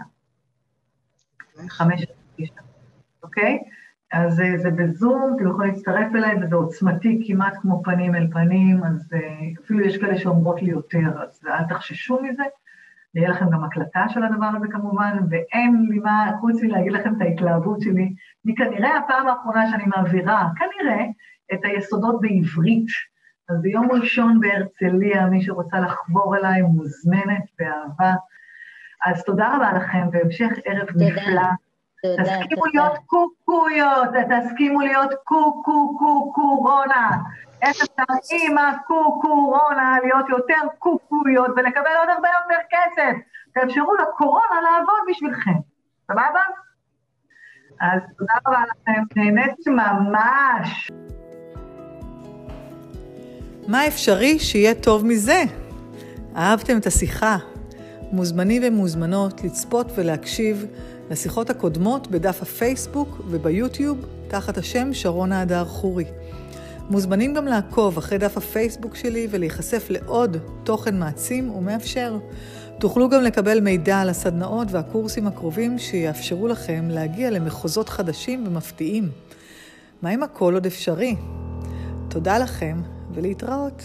5 עד 9, אוקיי? אז זה בזום, אתם יכולים להצטרף אליי, וזה עוצמתי כמעט כמו פנים אל פנים, אז אפילו יש כאלה שאומרות לי יותר, אז אל תחששו מזה, יהיה לכם גם הקלטה של הדבר הזה כמובן, ואין לי מה, חוץ לי להגיד לכם את ההתלהבות שלי, היא כנראה הפעם האחרונה שאני מעבירה, כנראה, את היסודות בעברית, אז ביום ראשון בהרצליה, מי שרוצה לחבור אליי, מוזמנת באהבה, אז תודה רבה לכם, והמשך ערב נפלא, תסכימו להיות קוקויות, תסכימו להיות קוקורונה, איך אפשר עם הקוקורונה להיות יותר קוקויות ולקבל עוד הרבה יותר כסף, תאפשרו לקורונה לעבוד בשבילכם, סבבה? אז תודה רבה לכם, נהנית ממש. מה אפשרי שיהיה טוב מזה? אהבתם את השיחה? מוזמנים ומוזמנות לצפות ולהקשיב לשיחות הקודמות בדף הפייסבוק וביוטיוב תחת השם שרונה הדר חורי. מוזמנים גם לעקוב אחרי דף הפייסבוק שלי ולהיחשף לעוד תוכן מעצים ומאפשר. תוכלו גם לקבל מידע על הסדנאות והקורסים הקרובים שיאפשרו לכם להגיע למחוזות חדשים ומפתיעים. מה אם הכל עוד אפשרי? תודה לכם ולהתראות.